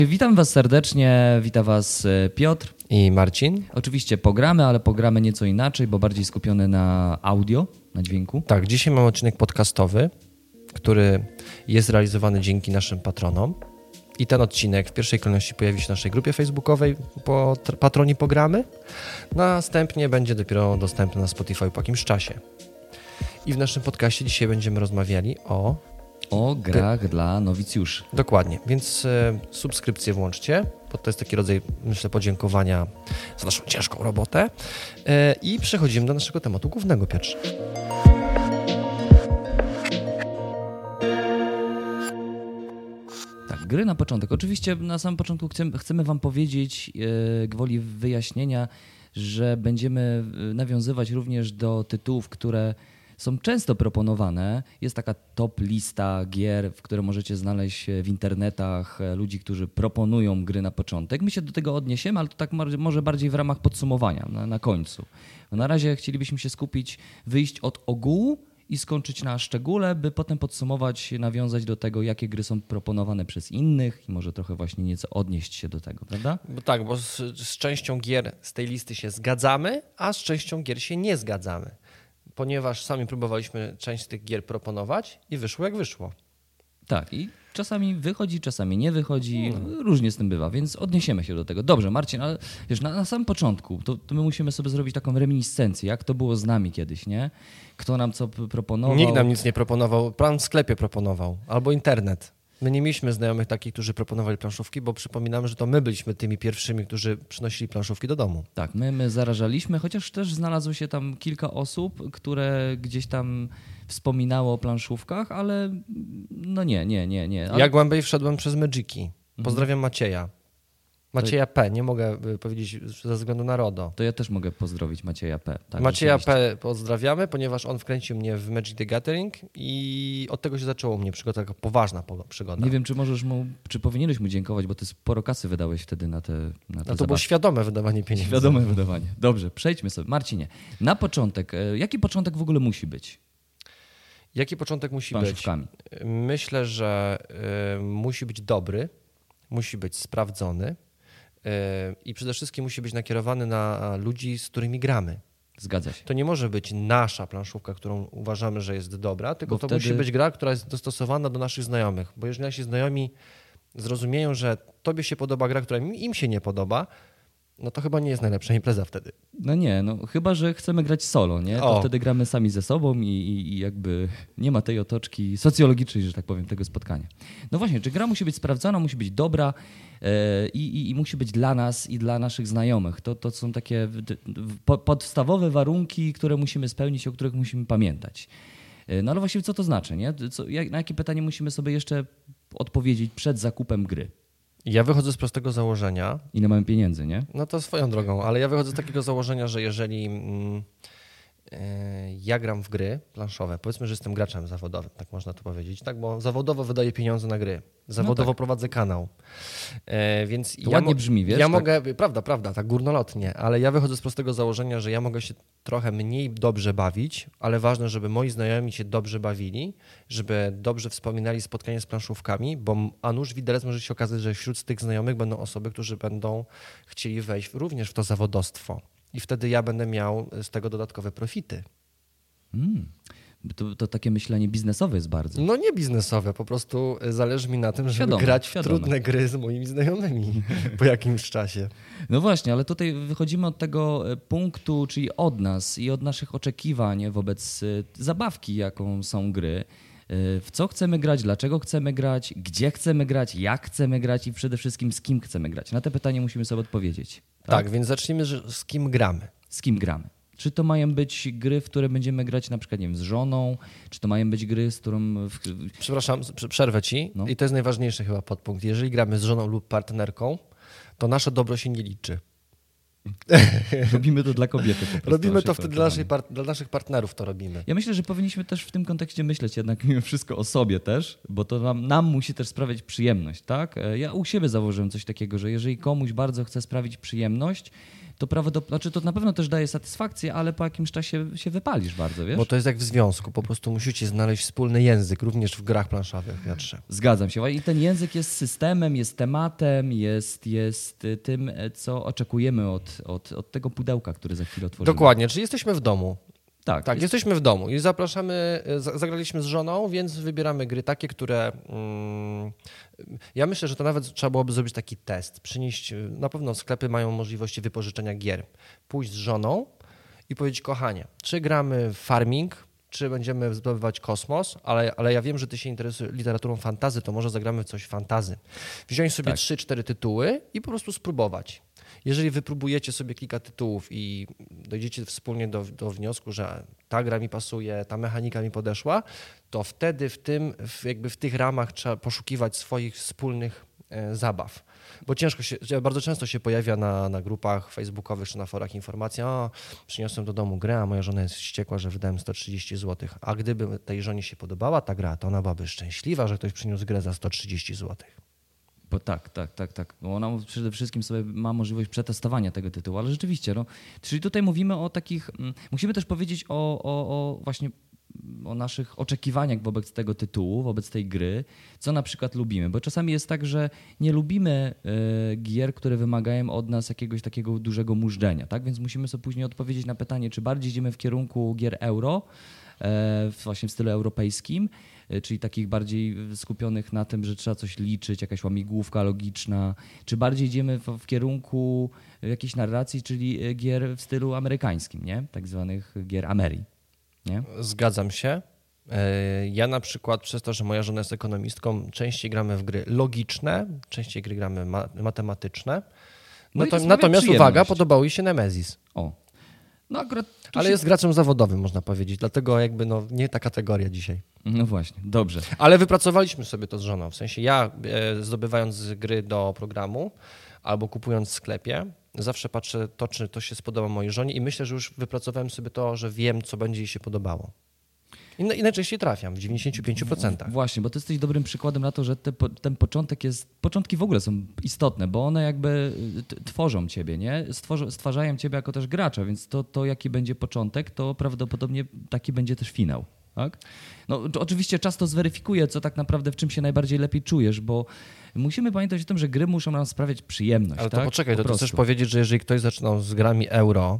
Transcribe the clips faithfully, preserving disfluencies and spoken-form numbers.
Witam Was serdecznie, wita Was Piotr i Marcin. Oczywiście pogramy, ale pogramy nieco inaczej, bo bardziej skupione na audio, na dźwięku. Tak, dzisiaj mamy odcinek podcastowy, który jest realizowany dzięki naszym patronom. I ten odcinek w pierwszej kolejności pojawi się w naszej grupie facebookowej po patroni pogramy. Następnie będzie dopiero dostępny na Spotify po jakimś czasie. I w naszym podcaście dzisiaj będziemy rozmawiali o... O grach Ty... dla nowicjuszy. Dokładnie, więc e, subskrypcję włączcie, bo to jest taki rodzaj, myślę, podziękowania za naszą ciężką robotę. E, I przechodzimy do naszego tematu głównego, Piotrze. Tak, gry na początek. Oczywiście na samym początku chcemy, chcemy Wam powiedzieć, e, gwoli wyjaśnienia, że będziemy nawiązywać również do tytułów, które są często proponowane. Jest taka top lista gier, w które możecie znaleźć w internetach ludzi, którzy proponują gry na początek. My się do tego odniesiemy, ale to tak może bardziej w ramach podsumowania na, na końcu. No na razie chcielibyśmy się skupić, wyjść od ogółu i skończyć na szczególe, by potem podsumować, nawiązać do tego, jakie gry są proponowane przez innych i może trochę właśnie nieco odnieść się do tego, prawda? Bo tak, bo z, z częścią gier z tej listy się zgadzamy, a z częścią gier się nie zgadzamy. Ponieważ sami próbowaliśmy część z tych gier proponować i wyszło jak wyszło. Tak, i czasami wychodzi, czasami nie wychodzi, hmm. różnie z tym bywa, więc odniesiemy się do tego. Dobrze, Marcin, ale wiesz, na, na samym początku to, to my musimy sobie zrobić taką reminiscencję, jak to było z nami kiedyś, nie? Kto nam co proponował. Nikt nam nic nie proponował, plan w sklepie proponował, albo internet. My nie mieliśmy znajomych takich, którzy proponowali planszówki, bo przypominam, że to my byliśmy tymi pierwszymi, którzy przynosili planszówki do domu. Tak, my, my zarażaliśmy, chociaż też znalazło się tam kilka osób, które gdzieś tam wspominało o planszówkach, ale no nie, nie, nie. nie. Ale... Ja głębiej wszedłem przez Magiki. Pozdrawiam mhm. Macieja. Macieja P. Nie mogę powiedzieć ze względu na RODO. To ja też mogę pozdrowić Macieja P. Tak, Macieja P. pozdrawiamy, ponieważ on wkręcił mnie w Magic the Gathering i od tego się zaczęło u mnie przygoda, taka poważna przygoda. Nie wiem, czy możesz mu, czy powinieneś mu dziękować, bo ty sporo kasy wydałeś wtedy na te, na te No to zabawki. było świadome wydawanie pieniędzy. Świadome wydawanie. Dobrze, przejdźmy sobie. Marcinie, na początek, jaki początek w ogóle musi być? Jaki początek musi być? Myślę, że y, musi być dobry, musi być sprawdzony. I przede wszystkim musi być nakierowany na ludzi, z którymi gramy. Zgadza się. To nie może być nasza planszówka, którą uważamy, że jest dobra, tylko bo to wtedy... musi być gra, która jest dostosowana do naszych znajomych. Bo jeżeli nasi znajomi zrozumieją, że tobie się podoba gra, która im się nie podoba, no to chyba nie jest najlepsza impreza wtedy. No nie, no chyba, że chcemy grać solo, nie? To o. wtedy gramy sami ze sobą i, i, i jakby nie ma tej otoczki socjologicznej, że tak powiem, tego spotkania. No właśnie, czy gra musi być sprawdzona, musi być dobra yy, i, i musi być dla nas i dla naszych znajomych. To, to są takie po, podstawowe warunki, które musimy spełnić, o których musimy pamiętać. Yy, no ale właściwie co to znaczy, nie? Co, jak, na jakie pytanie musimy sobie jeszcze odpowiedzieć przed zakupem gry? Ja wychodzę z prostego założenia. Ile mamy pieniędzy, nie? No to swoją drogą, ale ja wychodzę z takiego założenia, że jeżeli mm, yy, ja gram w gry planszowe, powiedzmy, że jestem graczem zawodowym, tak można to powiedzieć, tak, bo zawodowo wydaję pieniądze na gry, zawodowo no tak. prowadzę kanał, yy, więc to ja ładnie mo- brzmi, wiesz? Ja tak? mogę, prawda, prawda, tak górnolotnie, ale ja wychodzę z prostego założenia, że ja mogę się trochę mniej dobrze bawić, ale ważne, żeby moi znajomi się dobrze bawili, żeby dobrze wspominali spotkanie z planszówkami, bo a nuż widelec może się okazać, że wśród tych znajomych będą osoby, którzy będą chcieli wejść również w to zawodowstwo i wtedy ja będę miał z tego dodatkowe profity. Hmm. To, to takie myślenie biznesowe jest bardzo. No nie biznesowe, po prostu zależy mi na tym, żeby świadome, grać w świadome. trudne gry z moimi znajomymi po jakimś czasie. No właśnie, ale tutaj wychodzimy od tego punktu, czyli od nas i od naszych oczekiwań wobec zabawki, jaką są gry. W co chcemy grać, dlaczego chcemy grać, gdzie chcemy grać, jak chcemy grać i przede wszystkim z kim chcemy grać. Na te pytanie musimy sobie odpowiedzieć. Tak, tak więc zacznijmy, że z kim gramy. Z kim gramy. Czy to mają być gry, w które będziemy grać na przykład nie wiem, z żoną, czy to mają być gry, z którą... W... Przepraszam, przerwę ci no. I to jest najważniejszy chyba podpunkt. Jeżeli gramy z żoną lub partnerką, to nasze dobro się nie liczy. Robimy to dla kobiety. Po prostu, Robimy to wtedy dla, naszej par- dla naszych partnerów to robimy. Ja myślę, że powinniśmy też w tym kontekście myśleć jednak mimo wszystko o sobie też, bo to nam, nam musi też sprawiać przyjemność, tak? Ja u siebie założyłem coś takiego, że jeżeli komuś bardzo chce sprawić przyjemność, to prawdopodobnie, znaczy to na pewno też daje satysfakcję, ale po jakimś czasie się wypalisz bardzo, wiesz? Bo to jest jak w związku, po prostu musicie znaleźć wspólny język, również w grach planszowych, Piotrze. Zgadzam się. I ten język jest systemem, jest tematem, jest, jest tym, co oczekujemy od, od, od tego pudełka, które za chwilę otworzymy. Dokładnie, czyli jesteśmy w domu. Tak, tak jest... jesteśmy w domu i zapraszamy, zagraliśmy z żoną, więc wybieramy gry takie, które... Mm, ja myślę, że to nawet trzeba byłoby zrobić taki test, przynieść, na pewno sklepy mają możliwości wypożyczenia gier, pójść z żoną i powiedzieć, kochanie, czy gramy w farming, czy będziemy zdobywać kosmos, ale, ale ja wiem, że ty się interesujesz literaturą fantasy, to może zagramy w coś fantasy. Wziąć sobie trzy, cztery tytuły i po prostu spróbować. Jeżeli wypróbujecie sobie kilka tytułów i dojdziecie wspólnie do, do wniosku, że ta gra mi pasuje, ta mechanika mi podeszła, to wtedy w tym, w, jakby w tych ramach trzeba poszukiwać swoich wspólnych e, zabaw. Bo ciężko się, bardzo często się pojawia na, na grupach facebookowych czy na forach informacja, o, przyniosłem do domu grę, a moja żona jest wściekła, że wydałem sto trzydzieści złotych. A gdyby tej żonie się podobała ta gra, to ona byłaby szczęśliwa, że ktoś przyniósł grę za sto trzydzieści złotych. Bo tak, tak, tak, tak. Bo ona przede wszystkim sobie ma możliwość przetestowania tego tytułu, ale rzeczywiście, no, czyli tutaj mówimy o takich, musimy też powiedzieć o, o, o właśnie o naszych oczekiwaniach wobec tego tytułu, wobec tej gry, co na przykład lubimy, bo czasami jest tak, że nie lubimy y, gier, które wymagają od nas jakiegoś takiego dużego mużdżenia, tak? Więc musimy sobie później odpowiedzieć na pytanie, czy bardziej idziemy w kierunku gier euro, y, właśnie w stylu europejskim, czyli takich bardziej skupionych na tym, że trzeba coś liczyć, jakaś łamigłówka logiczna, czy bardziej idziemy w, w kierunku jakiejś narracji, czyli gier w stylu amerykańskim, nie? Tak zwanych gier Ameri. Nie? Zgadzam się. Ja na przykład przez to, że moja żona jest ekonomistką, częściej gramy w gry logiczne, częściej gry gramy ma- matematyczne. No Nato- natomiast uwaga, podobał jej się Nemesis. O. No akurat ale się... jest graczem zawodowym, można powiedzieć, dlatego jakby no, nie ta kategoria dzisiaj. No właśnie, dobrze. Ale wypracowaliśmy sobie to z żoną. W sensie ja e, zdobywając gry do programu albo kupując w sklepie, zawsze patrzę to, czy to się spodoba mojej żonie i myślę, że już wypracowałem sobie to, że wiem, co będzie jej się podobało. I, i najczęściej trafiam w dziewięćdziesiąt pięć procent. Właśnie, bo ty jesteś dobrym przykładem na to, że te, ten początek jest, początki w ogóle są istotne, bo one jakby tworzą ciebie, nie? Stworzą, stwarzają ciebie jako też gracza, więc to, to jaki będzie początek, to prawdopodobnie taki będzie też finał. Tak? No, oczywiście czas to zweryfikuje, co tak naprawdę w czym się najbardziej lepiej czujesz, bo musimy pamiętać o tym, że gry muszą nam sprawiać przyjemność. Ale to tak? poczekaj, po to chcesz powiedzieć, że jeżeli ktoś zaczynał z grami euro,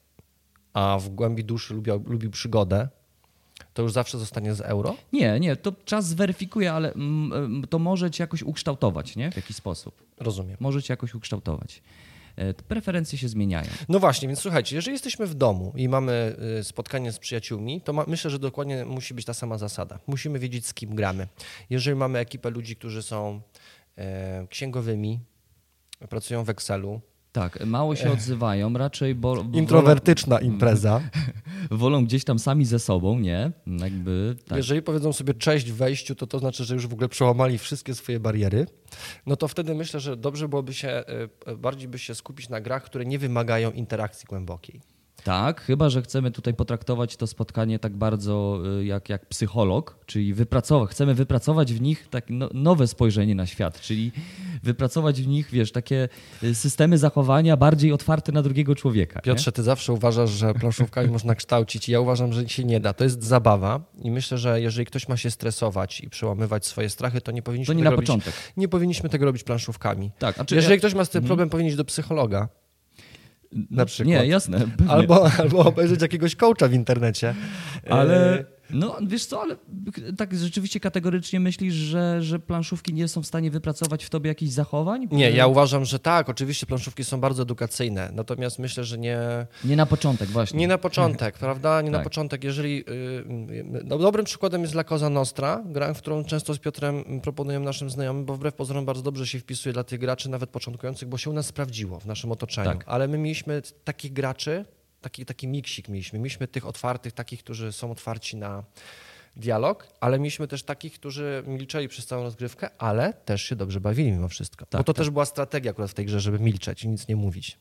a w głębi duszy lubił, lubił przygodę, to już zawsze zostanie z euro? Nie, nie, to czas zweryfikuje, ale to może cię jakoś ukształtować, nie? W jakiś sposób. Rozumiem. Może cię jakoś ukształtować. Preferencje się zmieniają. No właśnie, więc słuchajcie, jeżeli jesteśmy w domu i mamy spotkanie z przyjaciółmi, to ma, myślę, że dokładnie musi być ta sama zasada. Musimy wiedzieć, z kim gramy. Jeżeli mamy ekipę ludzi, którzy są e, księgowymi, pracują w Excelu. Tak, mało się odzywają, raczej... Bo, bo introwertyczna wolą, impreza. Wolą gdzieś tam sami ze sobą, nie? Jakby, tak. Jeżeli powiedzą sobie cześć w wejściu, to to znaczy, że już w ogóle przełamali wszystkie swoje bariery. No to wtedy myślę, że dobrze byłoby się, bardziej by się skupić na grach, które nie wymagają interakcji głębokiej. Tak, chyba że chcemy tutaj potraktować to spotkanie tak bardzo jak, jak psycholog, czyli wypracować, chcemy wypracować w nich tak no, nowe spojrzenie na świat, czyli wypracować w nich, wiesz, takie systemy zachowania bardziej otwarte na drugiego człowieka. Piotrze, nie? Ty zawsze uważasz, że planszówkami można kształcić i ja uważam, że się nie da. To jest zabawa i myślę, że jeżeli ktoś ma się stresować i przełamywać swoje strachy, to nie powinniśmy to nie tego na robić, początek. Nie powinniśmy tego robić planszówkami. Tak, a czy jeżeli ja... ktoś ma z tym problem, mhm. powinien iść do psychologa. Na przykład. Nie, jasne. Albo, albo obejrzeć jakiegoś coacha w internecie. Ale no wiesz co, ale tak rzeczywiście kategorycznie myślisz, że, że planszówki nie są w stanie wypracować w tobie jakichś zachowań? Nie, ja uważam, że tak. Oczywiście planszówki są bardzo edukacyjne, natomiast myślę, że nie... Nie na początek właśnie. Nie na początek, prawda? Nie tak. na początek. Jeżeli... No, dobrym przykładem jest La Cosa Nostra, gra, w którą często z Piotrem proponujemy naszym znajomym, bo wbrew pozorom bardzo dobrze się wpisuje dla tych graczy, nawet początkujących, bo się u nas sprawdziło w naszym otoczeniu. Tak. Ale my mieliśmy takich graczy, Taki, taki miksik mieliśmy. Mieliśmy tych otwartych, takich, którzy są otwarci na dialog, ale mieliśmy też takich, którzy milczeli przez całą rozgrywkę, ale też się dobrze bawili mimo wszystko. Tak, Bo to tak. też była strategia akurat w tej grze, żeby milczeć i nic nie mówić.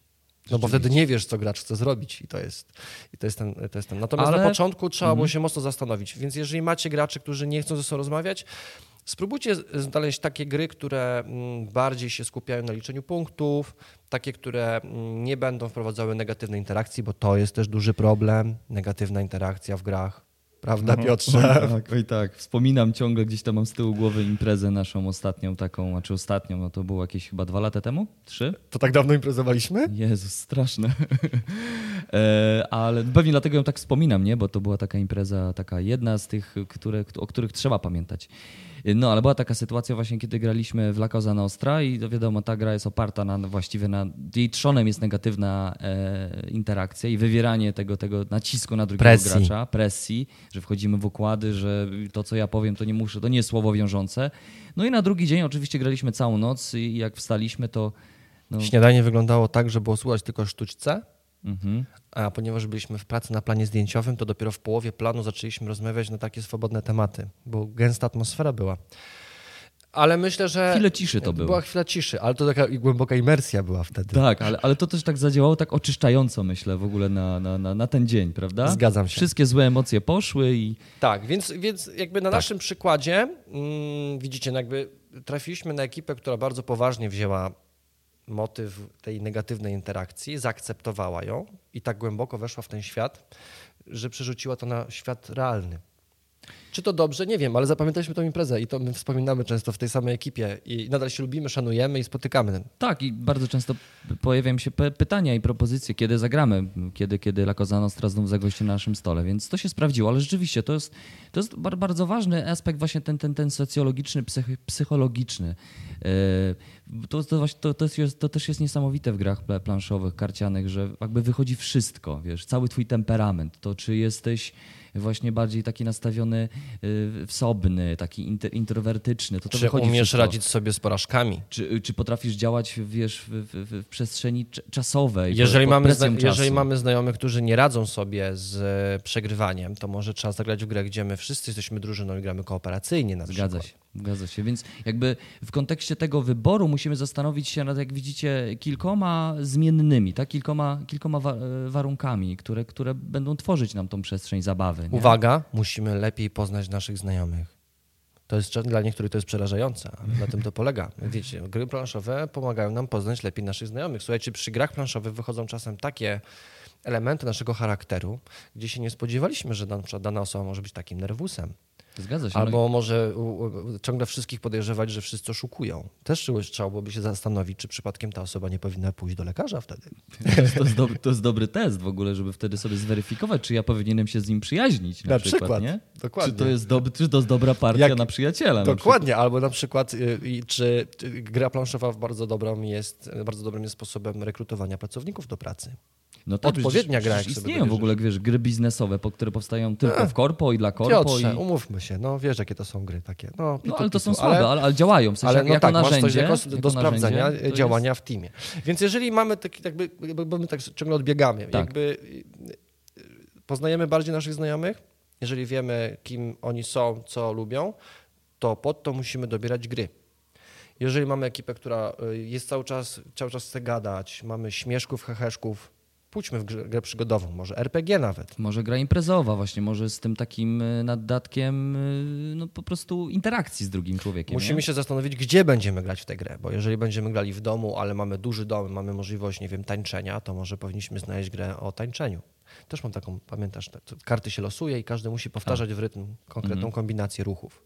No bo wtedy nie wiesz, co gracz chce zrobić i to jest, i to jest, ten, to jest ten. Natomiast Ale... na początku trzeba było się mocno zastanowić. Więc jeżeli macie graczy, którzy nie chcą ze sobą rozmawiać, spróbujcie znaleźć takie gry, które bardziej się skupiają na liczeniu punktów, takie, które nie będą wprowadzały negatywnej interakcji, bo to jest też duży problem, negatywna interakcja w grach. Prawda, no, Piotrze? Oj tak, oj tak. Wspominam ciągle, gdzieś tam mam z tyłu głowy imprezę naszą ostatnią taką, znaczy ostatnią, no to było jakieś chyba dwa lata temu? Trzy? To tak dawno imprezowaliśmy? Jezus, straszne. e, ale pewnie dlatego ją tak wspominam, nie? Bo to była taka impreza, taka jedna z tych, które, o których trzeba pamiętać. No, ale była taka sytuacja właśnie, kiedy graliśmy w La Cosa Nostra i to wiadomo, ta gra jest oparta na właściwie na jej trzonem jest negatywna e, interakcja i wywieranie tego, tego nacisku na drugiego presji. gracza, presji, że wchodzimy w układy, że to, co ja powiem, to nie muszę, to nie jest słowo wiążące. No i na drugi dzień oczywiście graliśmy całą noc i jak wstaliśmy, to... No... Śniadanie wyglądało tak, że było słuchać tylko sztućce. Mhm. A ponieważ byliśmy w pracy na planie zdjęciowym, to dopiero w połowie planu zaczęliśmy rozmawiać na takie swobodne tematy, bo gęsta atmosfera była. Ale myślę, że... Chwilę ciszy to było. Była chwila ciszy, ale to taka głęboka imersja była wtedy. Tak, ale, ale to też tak zadziałało tak oczyszczająco, myślę, w ogóle na, na, na, na ten dzień, prawda? Zgadzam się. Wszystkie złe emocje poszły i... Tak, więc, więc jakby na tak. naszym przykładzie mm, widzicie, no jakby trafiliśmy na ekipę, która bardzo poważnie wzięła motyw tej negatywnej interakcji, zaakceptowała ją i tak głęboko weszła w ten świat, że przerzuciła to na świat realny. Czy to dobrze? Nie wiem, ale zapamiętaliśmy tę imprezę i to my wspominamy często w tej samej ekipie i nadal się lubimy, szanujemy i spotykamy. Tak, i bardzo często pojawiają się pytania i propozycje, kiedy zagramy, kiedy, kiedy La Cosa Nostra znów zagości na naszym stole, więc to się sprawdziło, ale rzeczywiście to jest, to jest bardzo ważny aspekt właśnie ten, ten, ten socjologiczny, psych, psychologiczny. To, to, to, to, jest, to też jest niesamowite w grach planszowych, karcianych, że jakby wychodzi wszystko, wiesz, cały twój temperament, to czy jesteś właśnie bardziej taki nastawiony, wsobny, taki introwertyczny. To to czy umiesz wszystko. radzić sobie z porażkami? Czy, czy potrafisz działać wiesz, w, w, w przestrzeni czasowej? Jeżeli mamy, zna- jeżeli mamy znajomych, którzy nie radzą sobie z przegrywaniem, to może trzeba zagrać w grę, gdzie my wszyscy jesteśmy drużyną i gramy kooperacyjnie na Zgadza przykład. się. Zgadza się, więc jakby w kontekście tego wyboru musimy zastanowić się nad, jak widzicie, kilkoma zmiennymi, tak? kilkoma, kilkoma wa- warunkami, które, które będą tworzyć nam tą przestrzeń zabawy. Nie? Uwaga, musimy lepiej poznać naszych znajomych. To jest dla niektórych to jest przerażające, ale na tym to polega. Wiecie, gry planszowe pomagają nam poznać lepiej naszych znajomych. Słuchajcie, przy grach planszowych wychodzą czasem takie elementy naszego charakteru, gdzie się nie spodziewaliśmy, że na przykład dana osoba może być takim nerwusem. Zgadza się. Albo może u, u, ciągle wszystkich podejrzewać, że wszyscy oszukują. Też trzeba byłoby się zastanowić, czy przypadkiem ta osoba nie powinna pójść do lekarza wtedy. To jest, to jest, dobry, to jest dobry test w ogóle, żeby wtedy sobie zweryfikować, czy ja powinienem się z nim przyjaźnić. Na, na przykład, przykład, nie? Dokładnie. Czy to jest, dob- czy to jest dobra partia Jak, na przyjaciela. Dokładnie, na albo na przykład y, czy gra planszowa bardzo dobrą jest, bardzo dobrym jest sposobem rekrutowania pracowników do pracy. No tak, odpowiednia gra. Jak istnieją w ogóle wiesz, gry biznesowe, po które powstają tylko w korpo i dla korpo. Piotrze, i... umówmy się, no wiesz jakie to są gry takie. No, pitu, no ale to pitu, są słabe, ale, ale, ale działają. W sensie ale no jako tak, narzędzie, masz coś jako, jako do sprawdzenia narzędzie, działania jest... w teamie. Więc jeżeli mamy taki, jakby, bo my tak ciągle odbiegamy, tak. jakby poznajemy bardziej naszych znajomych, jeżeli wiemy kim oni są, co lubią, to pod to musimy dobierać gry. Jeżeli mamy ekipę, która jest cały czas, cały czas chce gadać, mamy śmieszków, heheszków, pójdźmy w grę, grę przygodową, może er pe gie nawet. Może gra imprezowa właśnie, może z tym takim naddatkiem no po prostu interakcji z drugim człowiekiem. Musimy nie? się zastanowić, gdzie będziemy grać w tę grę, bo jeżeli będziemy grali w domu, ale mamy duży dom, mamy możliwość, nie wiem, tańczenia, to może powinniśmy znaleźć grę o tańczeniu. Też mam taką, pamiętasz, karty się losuje i każdy musi powtarzać A. w rytm konkretną mm-hmm. kombinację ruchów.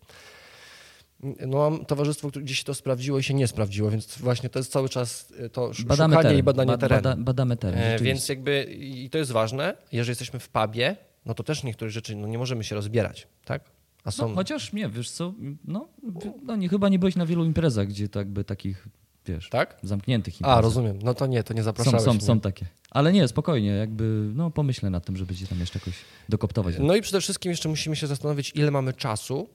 No, mam towarzystwo, gdzie się to sprawdziło i się nie sprawdziło, więc właśnie to jest cały czas to badamy szukanie teren. i badanie Bada, terenu. Bada, badamy teren. E, więc jakby i to jest ważne, jeżeli jesteśmy w pubie, no to też niektóre rzeczy no nie możemy się rozbierać, tak? A są... no, chociaż nie, wiesz co, no, no nie, chyba nie byłeś na wielu imprezach, gdzie to jakby takich, wiesz, tak? zamkniętych imprezach. A, rozumiem, no to nie, to nie zapraszałeś Są, są, mnie. są takie. Ale nie, spokojnie, jakby no pomyślę nad tym, żeby ci tam jeszcze jakoś dokoptować. No i przede wszystkim jeszcze musimy się zastanowić, ile mamy czasu,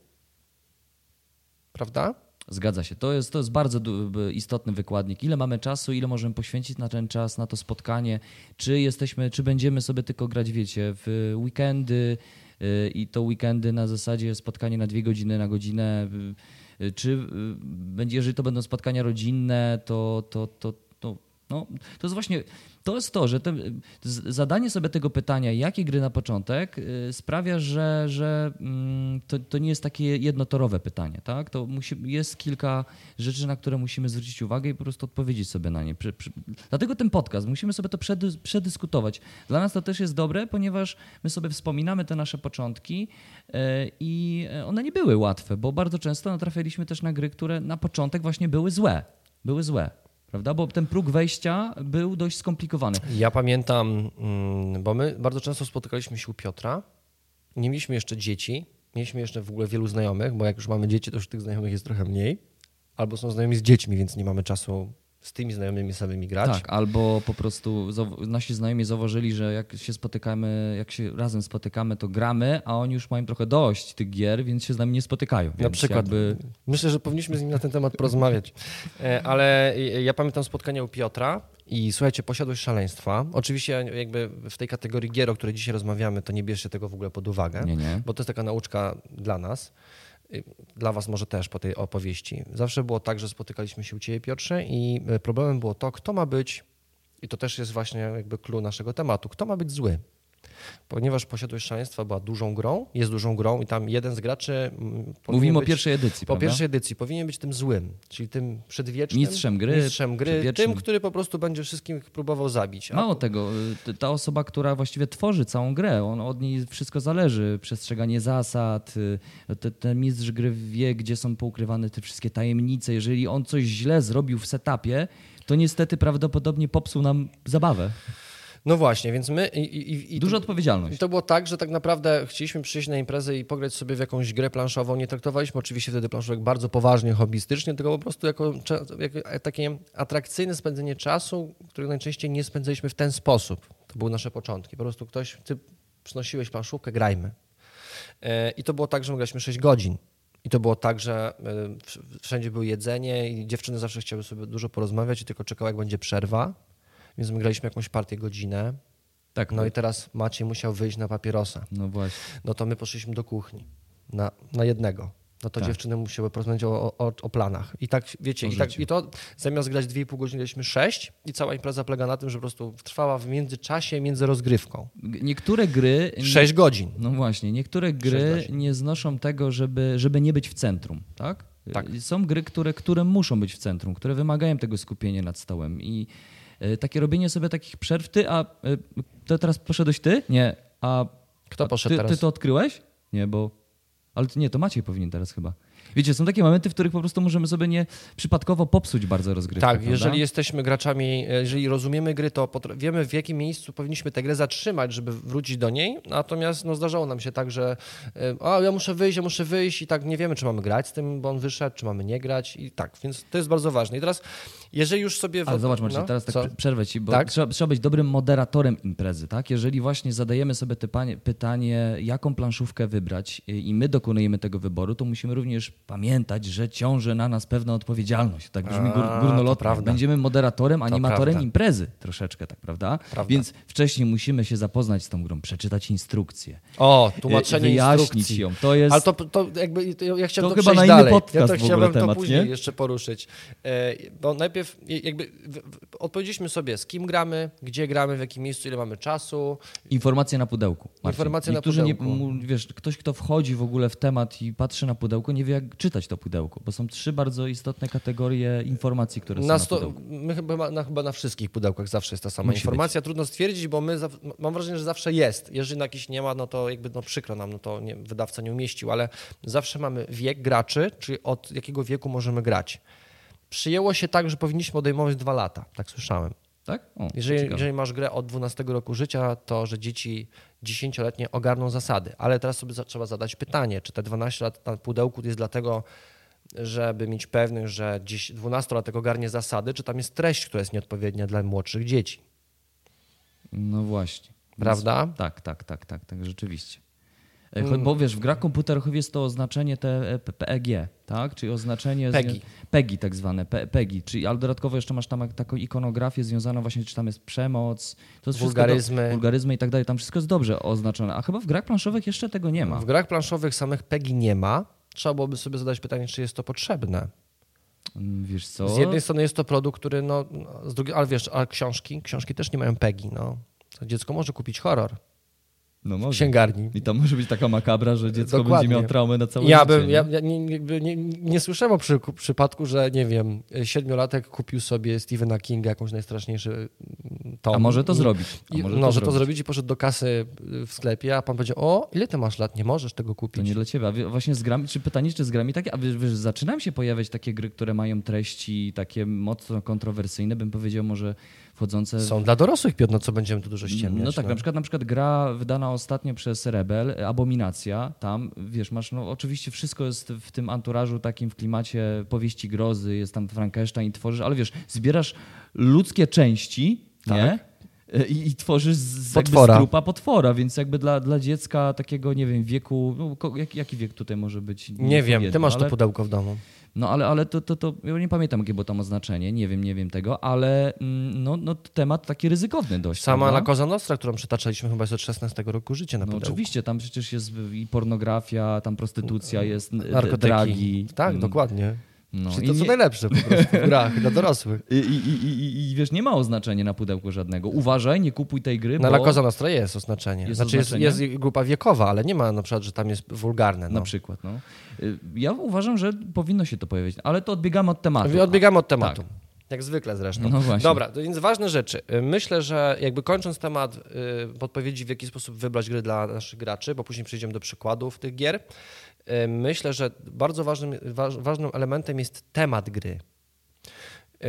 prawda? Zgadza się. To jest, to jest bardzo istotny wykładnik. Ile mamy czasu, ile możemy poświęcić na ten czas, na to spotkanie, czy jesteśmy, czy będziemy sobie tylko grać, wiecie, w weekendy yy, i to weekendy na zasadzie spotkanie na dwie godziny, na godzinę, yy, czy yy, będzie, jeżeli to będą spotkania rodzinne, to, to, to, to No, to jest właśnie, to jest to, że te, zadanie sobie tego pytania, jakie gry na początek, yy, sprawia, że, że yy, to, to nie jest takie jednotorowe pytanie, tak? To musi, jest kilka rzeczy, na które musimy zwrócić uwagę i po prostu odpowiedzieć sobie na nie. Przy, przy, dlatego ten podcast, musimy sobie to przedy, przedyskutować. Dla nas to też jest dobre, ponieważ my sobie wspominamy te nasze początki yy, i one nie były łatwe, bo bardzo często natrafialiśmy też na gry, które na początek właśnie były złe. Były złe. Prawda? Bo ten próg wejścia był dość skomplikowany. Ja pamiętam, bo my bardzo często spotykaliśmy się u Piotra. Nie mieliśmy jeszcze dzieci, mieliśmy jeszcze w ogóle wielu znajomych, bo jak już mamy dzieci, to już tych znajomych jest trochę mniej. Albo są znajomi z dziećmi, więc nie mamy czasu z tymi znajomymi samymi grać. Tak, albo po prostu nasi znajomi zauważyli, że jak się spotykamy, jak się razem spotykamy, to gramy, a oni już mają trochę dość tych gier, więc się z nami nie spotykają. Na przykład. Jakby... Myślę, że powinniśmy z nim na ten temat porozmawiać. Ale ja pamiętam spotkanie u Piotra i słuchajcie, Posiadłość szaleństwa. Oczywiście jakby w tej kategorii gier, o której dzisiaj rozmawiamy, to nie bierzcie tego w ogóle pod uwagę, nie, nie. bo to jest taka nauczka dla nas. Dla was może też po tej opowieści. Zawsze było tak, że spotykaliśmy się u ciebie, Piotrze, i problemem było to, kto ma być, i to też jest właśnie jakby clue naszego tematu, kto ma być zły. Ponieważ Posiadłość szaleństwa była dużą grą, jest dużą grą i tam jeden z graczy... Mówimy być, o pierwszej edycji, Po prawda? pierwszej edycji powinien być tym złym, czyli tym przedwiecznym... Mistrzem gry. Mistrzem gry, tym, który po prostu będzie wszystkim próbował zabić. A Mało tego, ta osoba, która właściwie tworzy całą grę, on, od niej wszystko zależy, przestrzeganie zasad, te, ten mistrz gry wie, gdzie są poukrywane te wszystkie tajemnice. Jeżeli on coś źle zrobił w setupie, to niestety prawdopodobnie popsuł nam zabawę. No właśnie, więc my... I, i, i Duża to, odpowiedzialność. I to było tak, że tak naprawdę chcieliśmy przyjść na imprezę i pograć sobie w jakąś grę planszową. Nie traktowaliśmy oczywiście wtedy planszówek bardzo poważnie, hobbystycznie, tylko po prostu jako, jako takie atrakcyjne spędzenie czasu, które najczęściej nie spędzaliśmy w ten sposób. To były nasze początki. Po prostu ktoś, ty przynosiłeś planszówkę, grajmy. I to było tak, że my graliśmy sześć godzin. I to było tak, że wszędzie było jedzenie i dziewczyny zawsze chciały sobie dużo porozmawiać i tylko czekały, jak będzie przerwa. Więc my graliśmy jakąś partię godzinę. Tak, no i teraz Maciej musiał wyjść na papierosa. No właśnie. No to my poszliśmy do kuchni na, na jednego. No to tak. dziewczyny musiały porozmawiać o, o, o planach. I tak, wiecie, i, tak, i to zamiast grać dwie i pół godziny graliśmy sześć i cała impreza polega na tym, że po prostu trwała w międzyczasie między rozgrywką. Niektóre gry... sześć godzin. No właśnie, niektóre gry nie znoszą tego, żeby, żeby nie być w centrum, tak? Tak. Są gry, które, które muszą być w centrum, które wymagają tego skupienia nad stołem i takie robienie sobie takich przerw. Ty, a to teraz poszedłeś ty? Nie. A kto poszedł ty, teraz? Ty to odkryłeś? Nie, bo... Ale nie, to Maciej powinien teraz chyba. Wiecie, są takie momenty, w których po prostu możemy sobie nie przypadkowo popsuć bardzo rozgrywkę. Tak, prawda? jeżeli jesteśmy graczami, jeżeli rozumiemy gry, to wiemy, w jakim miejscu powinniśmy tę grę zatrzymać, żeby wrócić do niej. Natomiast no, zdarzało nam się tak, że a, ja muszę wyjść, ja muszę wyjść i tak nie wiemy, czy mamy grać z tym, bo on wyszedł, czy mamy nie grać i tak, więc to jest bardzo ważne. I teraz, jeżeli już sobie... Ale zobacz, Marcin, no, teraz tak co? przerwę ci, bo tak? trzeba, trzeba być dobrym moderatorem imprezy, tak? Jeżeli właśnie zadajemy sobie pytanie, pytanie, jaką planszówkę wybrać i my dokonujemy tego wyboru, to musimy również pamiętać, że ciąży na nas pewna odpowiedzialność. Tak brzmi gór, górnolotnie. Będziemy moderatorem, animatorem prawda. imprezy troszeczkę, tak, prawda? prawda? Więc wcześniej musimy się zapoznać z tą grą, przeczytać instrukcję. O, tłumaczenie wyjaśnić instrukcji. ją. To jest... Ale to, to jakby, to ja chciałem to, to, to chyba przejść na inny dalej. podcast Ja to w ogóle chciałem temat, to później nie? jeszcze poruszyć. Bo najpierw jakby odpowiedzieliśmy sobie, z kim gramy, gdzie gramy, w jakim miejscu, ile mamy czasu. Informacje na pudełku. Marcin. Informacje Niektórzy na pudełku. Nie, wiesz, ktoś, kto wchodzi w ogóle w temat i patrzy na pudełko, nie wie, jak czytać to pudełko, bo są trzy bardzo istotne kategorie informacji, które są na na sto, pudełku. My chyba na, chyba na wszystkich pudełkach zawsze jest ta sama Musi informacja. Być. Trudno stwierdzić, bo my mam wrażenie, że zawsze jest. Jeżeli jakiś nie ma, no to jakby no przykro nam, no to nie, wydawca nie umieścił, ale zawsze mamy wiek graczy, czyli od jakiego wieku możemy grać. Przyjęło się tak, że powinniśmy odejmować dwa lata, tak słyszałem. Tak? O, jeżeli, jeżeli masz grę od dwunastego roku życia, to że dzieci dziesięcioletnie ogarną zasady. Ale teraz sobie za, trzeba zadać pytanie, czy te dwanaście lat na pudełku jest dlatego, żeby mieć pewność, że dwunastolatek ogarnie zasady, czy tam jest treść, która jest nieodpowiednia dla młodszych dzieci. No właśnie. Prawda? Więc, tak, tak, tak, tak, tak, rzeczywiście. Hmm. Bo wiesz, w grach komputerowych jest to oznaczenie te P E G, tak? Czyli oznaczenie... PEGI. PEGI tak zwane, PEGI. Czyli, ale dodatkowo jeszcze masz tam taką ikonografię związaną właśnie, czy tam jest przemoc, to jest wulgaryzmy. Do, wulgaryzmy i tak dalej. Tam wszystko jest dobrze oznaczone, a chyba w grach planszowych jeszcze tego nie ma. W grach planszowych samych PEGI nie ma. Trzeba byłoby sobie zadać pytanie, czy jest to potrzebne. Wiesz co? Z jednej strony jest to produkt, który, no, z drugiej, ale wiesz, ale książki, książki też nie mają PEGI, no. To dziecko może kupić horror. No może. W księgarni. I to może być taka makabra, że dziecko Dokładnie. będzie miało traumę na całe ja życie. Bym, nie? ja ja nie, nie, nie, nie słyszałem o przy, przypadku, że nie wiem, siedmiolatek kupił sobie Stephena Kinga, jakąś najstraszniejszy tom. A może to i, zrobić. A I, może no, to że zrobić. to zrobić i poszedł do kasy w sklepie, a pan powiedział, o, ile ty masz lat? Nie możesz tego kupić. To nie dla ciebie. A wie- właśnie z grami, czy pytanie, czy z grami takie, a wiesz, wiesz, zaczynają się pojawiać takie gry, które mają treści takie mocno kontrowersyjne, bym powiedział może wchodzące... Są dla dorosłych, Piotr, no co będziemy tu dużo ściemniać. No tak, na przykład, na przykład gra wydana ostatnio przez Rebel, Abominacja, tam wiesz, masz, no oczywiście wszystko jest w tym anturażu takim w klimacie powieści grozy, jest tam Frankenstein i tworzysz, ale wiesz, zbierasz ludzkie części, Tak. nie? I, i tworzysz z Potwora. jakby z trupa potwora, więc jakby dla, dla dziecka takiego, nie wiem, wieku, no, ko- jak, jaki wiek tutaj może być? Nie wiem, ty odpowiednio, masz ale... to pudełko w domu. No ale, ale to, to, to, ja nie pamiętam, jakie było tam oznaczenie, nie wiem, nie wiem tego, ale mm, no, no temat taki ryzykowny dość. Sama prawda? La Cosa Nostra, którą przytaczaliśmy chyba jest od szesnastego roku życia na No pudełku. oczywiście, tam przecież jest i pornografia, tam prostytucja jest, Narkotyki. dragi. Tak, Mm, dokładnie. No, Czyli i to co nie- najlepsze po prostu w grach dla dorosłych. I, i, i, i, I wiesz, nie ma oznaczenia na pudełku żadnego. Uważaj, nie kupuj tej gry, Na bo La Cosa Nostra jest oznaczenie. Jest znaczy oznaczenie? Jest, jest grupa wiekowa, ale nie ma na przykład, że tam jest wulgarne. No. na przykład. No. Y, Ja uważam, że powinno się to pojawić, ale to odbiegamy od tematu. Odbiegamy od tematu. Tak. Jak zwykle zresztą. No właśnie. Dobra, to więc ważne rzeczy. Myślę, że jakby kończąc temat y, podpowiedzi, w jaki sposób wybrać gry dla naszych graczy, bo później przejdziemy do przykładów tych gier, y, myślę, że bardzo ważnym, waż, ważnym elementem jest temat gry. Y,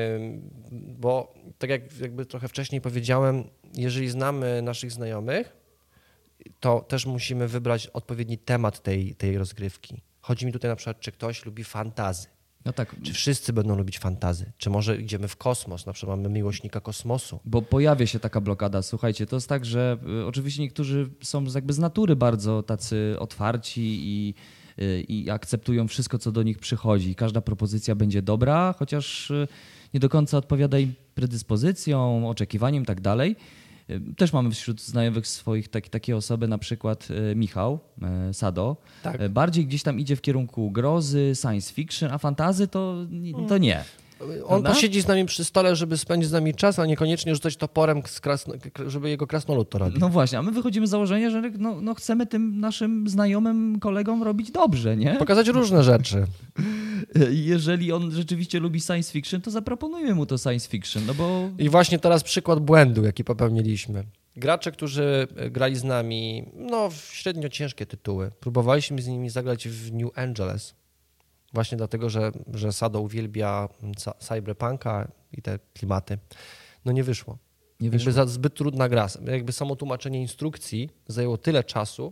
bo tak jak jakby trochę wcześniej powiedziałem, jeżeli znamy naszych znajomych, to też musimy wybrać odpowiedni temat tej, tej rozgrywki. Chodzi mi tutaj na przykład, czy ktoś lubi fantazy. No tak, Czy wszyscy będą lubić fantazy? Czy może idziemy w kosmos? Na przykład mamy miłośnika kosmosu. bo pojawia się taka blokada. Słuchajcie, to jest tak, że y, oczywiście niektórzy są jakby z natury bardzo tacy otwarci i, y, i akceptują wszystko, co do nich przychodzi. Każda propozycja będzie dobra, chociaż y, nie do końca odpowiada im predyspozycjom, oczekiwaniem i tak dalej. Y, Też mamy wśród znajomych swoich tak, takie osoby, na przykład y, Michał y, Sado. Tak. Y, Bardziej gdzieś tam idzie w kierunku grozy, science fiction, a fantazy to, to nie. On Prawda? posiedzi z nami przy stole, żeby spędzić z nami czas, a niekoniecznie rzucać toporem, z krasno, żeby jego krasnolud to robił. No właśnie, a my wychodzimy z założenia, że no, no chcemy tym naszym znajomym kolegom robić dobrze, nie? Pokazać różne rzeczy. Jeżeli on rzeczywiście lubi science fiction, to zaproponujmy mu to science fiction, no bo I właśnie teraz przykład błędu, jaki popełniliśmy. Gracze, którzy grali z nami no, w średnio ciężkie tytuły, próbowaliśmy z nimi zagrać w New Angeles. Właśnie dlatego, że, że Sado uwielbia ca- cyberpunka i te klimaty. No nie wyszło. nie Jakby wyszło. za zbyt trudna gra. Jakby samo tłumaczenie instrukcji zajęło tyle czasu,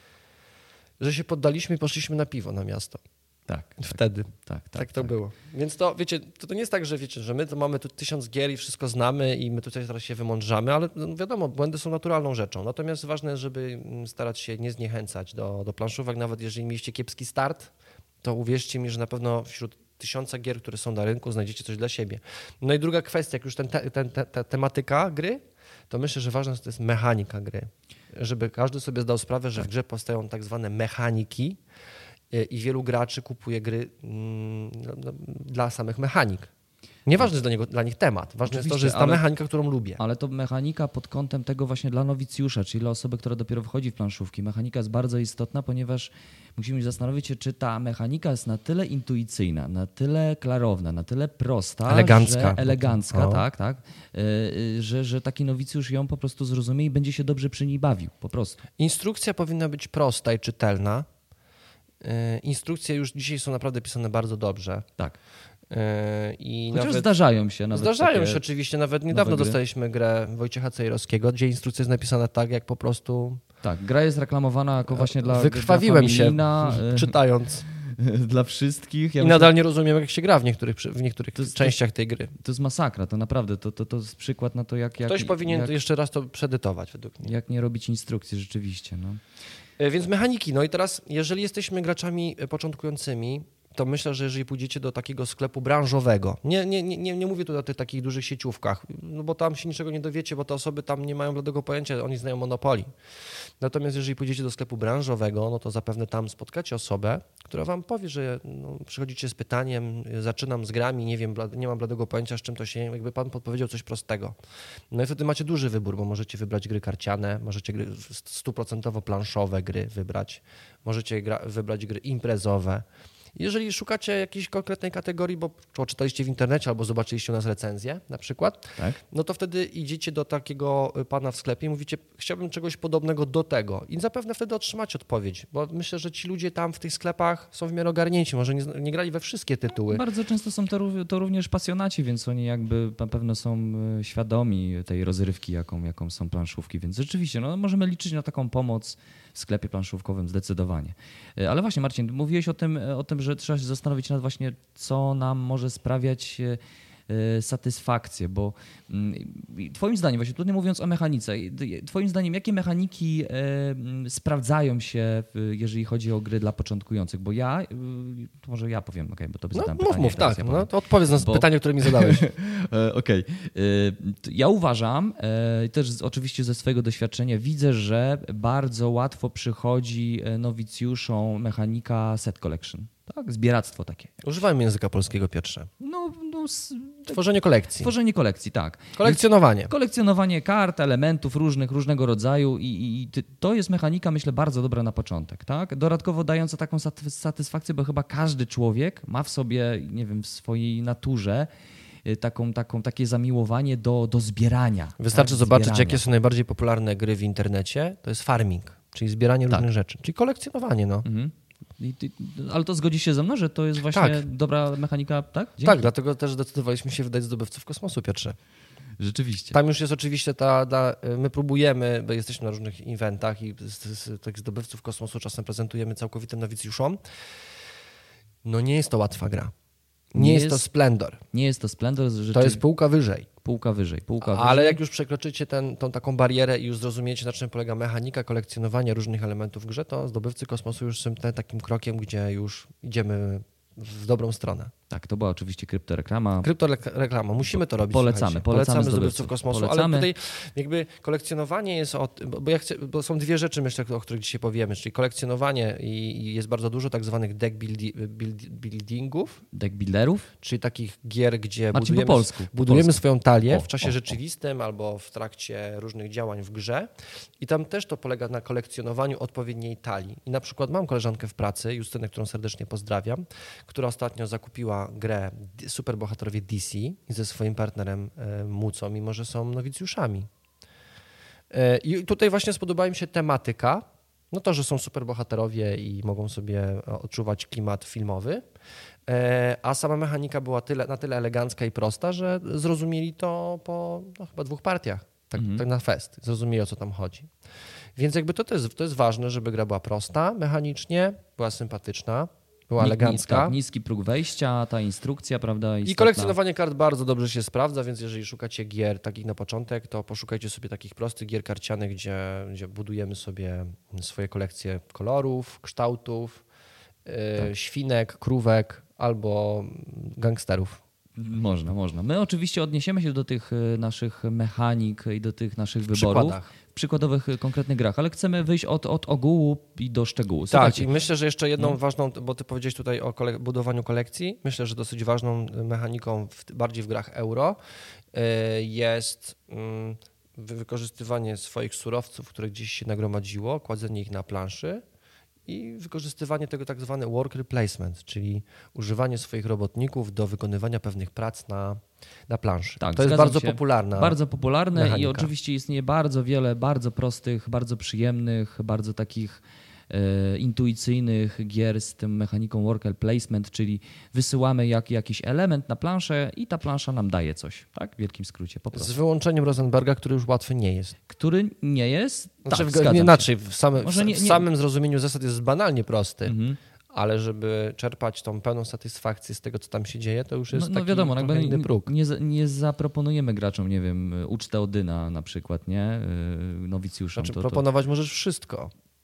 że się poddaliśmy i poszliśmy na piwo na miasto. Tak, tak, Wtedy. tak, tak, Tak to było. Więc to, wiecie, to, to nie jest tak, że wiecie, że my to mamy tu tysiąc gier i wszystko znamy i my tutaj teraz się wymądrzamy, ale no wiadomo, błędy są naturalną rzeczą. Natomiast ważne jest, żeby starać się nie zniechęcać do, do planszówek, nawet jeżeli mieliście kiepski start, to uwierzcie mi, że na pewno wśród tysiąca gier, które są na rynku, znajdziecie coś dla siebie. No i druga kwestia, jak już ten, te, ten, te, te tematyka gry, to myślę, że ważna to jest mechanika gry. Żeby każdy sobie zdał sprawę, że w grze powstają tak zwane mechaniki i wielu graczy kupuje gry mm, no, no, dla samych mechanik. Nieważny jest dla, niego, dla nich temat. Ważne jest to, że jest ta ale- mechanika, którą lubię. Ale to mechanika pod kątem tego właśnie dla nowicjusza, czyli dla osoby, która dopiero wchodzi w planszówki. Mechanika jest bardzo istotna, ponieważ musimy zastanowić się, czy ta mechanika jest na tyle intuicyjna, na tyle klarowna, na tyle prosta, Elegancka. że elegancka, O. tak, tak, yy, że, że taki nowicjusz ją po prostu zrozumie i będzie się dobrze przy niej bawił, po prostu. Instrukcja powinna być prosta i czytelna. Yy, Instrukcje już dzisiaj są naprawdę pisane bardzo dobrze. Tak. Yy, I Chociaż nawet zdarzają się nawet zdarzają takie... się oczywiście. Nawet niedawno gry. dostaliśmy grę Wojciecha Cejrowskiego, gdzie instrukcja jest napisana tak, jak po prostu Tak, gra jest reklamowana jako właśnie dla wykrwawiłem dla się familijna, y, czytając. dla wszystkich. Ja I myślę, nadal nie rozumiem, jak się gra w niektórych, przy- w niektórych To jest- częściach tej gry. to jest masakra, to naprawdę, to, to, to jest przykład na to, jak, jak, Ktoś powinien jak, jeszcze raz to przeedytować według mnie. jak nie robić instrukcji rzeczywiście. No. E, Więc mechaniki. No i teraz, jeżeli jesteśmy graczami e, początkującymi, to myślę, że jeżeli pójdziecie do takiego sklepu branżowego, nie, nie, nie, nie mówię tu o tych takich dużych sieciówkach, no bo tam się niczego nie dowiecie, bo te osoby tam nie mają bladego pojęcia, oni znają Monopoly. Natomiast jeżeli pójdziecie do sklepu branżowego, no to zapewne tam spotkacie osobę, która wam powie, że no, przychodzicie z pytaniem, zaczynam z grami, nie wiem, nie mam bladego pojęcia, z czym to się, jakby pan podpowiedział coś prostego. No i wtedy macie duży wybór, bo możecie wybrać gry karciane, możecie gry stuprocentowo planszowe gry wybrać, możecie gra, wybrać gry imprezowe. Jeżeli szukacie jakiejś konkretnej kategorii, bo czytaliście w internecie albo zobaczyliście u nas recenzję na przykład, tak. no to wtedy idziecie do takiego pana w sklepie i mówicie, chciałbym czegoś podobnego do tego i zapewne wtedy otrzymacie odpowiedź, bo myślę, że ci ludzie tam w tych sklepach są w miarę ogarnięci, może nie, nie grali we wszystkie tytuły. Bardzo często są to, to również pasjonaci, więc oni jakby na pewno są świadomi tej rozrywki, jaką, jaką są planszówki, więc rzeczywiście no, możemy liczyć na taką pomoc w sklepie planszówkowym zdecydowanie. Ale właśnie Marcin, mówiłeś o tym, o tym, że trzeba się zastanowić nad właśnie, co nam może sprawiać satysfakcję, bo twoim zdaniem, właśnie tutaj mówiąc o mechanice, twoim zdaniem jakie mechaniki sprawdzają się, jeżeli chodzi o gry dla początkujących? Bo ja, to może ja powiem, okay, bo to by zadałem no, pytanie. Mów, mów, tak, ja no, to odpowiedz na bo... pytanie, które mi zadałeś. Okej. Okay. Ja uważam, też oczywiście ze swojego doświadczenia widzę, że bardzo łatwo przychodzi nowicjuszom mechanika set collection. Tak, zbieractwo takie. Używajmy języka polskiego, Piotrze. No, no, s- Tworzenie kolekcji. Tworzenie kolekcji, tak. Kolekcjonowanie. Kolekcjonowanie kart, elementów różnych, różnego rodzaju i, i, i to jest mechanika, myślę, bardzo dobra na początek. Tak? Dodatkowo dająca taką satysfakcję, bo chyba każdy człowiek ma w sobie, nie wiem, w swojej naturze taką, taką, takie zamiłowanie do, do zbierania. Wystarczy tak? zobaczyć, zbierania. jakie są najbardziej popularne gry w internecie. To jest farming, czyli zbieranie Tak. różnych rzeczy, czyli kolekcjonowanie. No. Mhm. I ty, ale to zgodzi się ze mną, że to jest właśnie tak. dobra mechanika, tak? Dzięki. Tak, dlatego też zdecydowaliśmy się wydać Zdobywców Kosmosu, Piotrze. Rzeczywiście. Tam już jest oczywiście ta, ta my próbujemy, bo jesteśmy na różnych eventach i z, z tych Zdobywców Kosmosu czasem prezentujemy całkowitym nowicjuszom. No nie jest to łatwa gra. Nie, nie jest, jest to Splendor. Nie jest to Splendor. Rzeczy... To jest półka wyżej. Półka wyżej, półka wyżej. Ale jak już przekroczycie ten, tą taką barierę i już zrozumiecie, na czym polega mechanika kolekcjonowania różnych elementów w grze, to Zdobywcy Kosmosu już są takim krokiem, gdzie już idziemy w dobrą stronę. Tak, to była oczywiście kryptoreklama. Kryptoreklama, musimy to robić. Polecamy, polecamy, polecamy Zdobywców Kosmosu, polecamy. ale tutaj jakby kolekcjonowanie jest, od, bo, ja chcę, bo są dwie rzeczy, myślę, o których dzisiaj powiemy, czyli kolekcjonowanie i, i jest bardzo dużo tak zwanych deck buildi, build, buildingów. Deck builderów? Czyli takich gier, gdzie Marcin, budujemy, po polsku, po budujemy polsku. swoją talię O, w czasie o, rzeczywistym o. albo w trakcie różnych działań w grze i tam też to polega na kolekcjonowaniu odpowiedniej talii. I na przykład mam koleżankę w pracy, Justynę, którą serdecznie pozdrawiam, która ostatnio zakupiła grę Superbohaterowie D C i ze swoim partnerem Mucą, mimo że są nowicjuszami. I tutaj właśnie spodobała mi się tematyka, no to, że są superbohaterowie i mogą sobie odczuwać klimat filmowy, a sama mechanika była tyle, na tyle elegancka i prosta, że zrozumieli to po no, chyba dwóch partiach, tak, mhm. tak na fest, zrozumieli, o co tam chodzi. Więc jakby to, to, jest, to jest ważne, żeby gra była prosta mechanicznie, była sympatyczna, była elegancka. Tak, niski próg wejścia, ta instrukcja, prawda? Istotna. I kolekcjonowanie kart bardzo dobrze się sprawdza, więc jeżeli szukacie gier takich na początek, to poszukajcie sobie takich prostych gier karcianych, gdzie, gdzie budujemy sobie swoje kolekcje kolorów, kształtów, tak. yy, świnek, krówek albo gangsterów. Można, można. My oczywiście odniesiemy się do tych naszych mechanik i do tych naszych wyborów. Przykładach. W przykładowych, konkretnych grach, ale chcemy wyjść od, od ogółu i do szczegółu. Słuchajcie. Tak, i myślę, że jeszcze jedną no. ważną, bo ty powiedziałeś tutaj o kole- budowaniu kolekcji, myślę, że dosyć ważną mechaniką, w, bardziej w grach euro, yy, jest yy, wykorzystywanie swoich surowców, które gdzieś się nagromadziło, kładzenie ich na planszy i wykorzystywanie tego tak zwane work replacement, czyli używanie swoich robotników do wykonywania pewnych prac na Na planszy. Tak, to jest bardzo się. popularna Bardzo popularne mechanika. I oczywiście istnieje bardzo wiele bardzo prostych, bardzo przyjemnych, bardzo takich e, intuicyjnych gier z tym mechaniką worker placement, czyli wysyłamy jak, jakiś element na planszę i ta plansza nam daje coś. Tak? W wielkim skrócie po prostu. Z wyłączeniem Rosenberga, który już łatwy nie jest. Który nie jest... Znaczy, tak, w, inaczej, w, same, w, nie, nie. w samym zrozumieniu zasad jest banalnie prosty. Mhm. Ale żeby czerpać tą pełną satysfakcję z tego, co tam się dzieje, to już jest no, no taki wiadomo, trochę inny próg. Nie, nie zaproponujemy graczom, nie wiem, ucztę Odyna na przykład, nie? Nowicjuszom. Znaczy to, proponować to... możesz wszystko.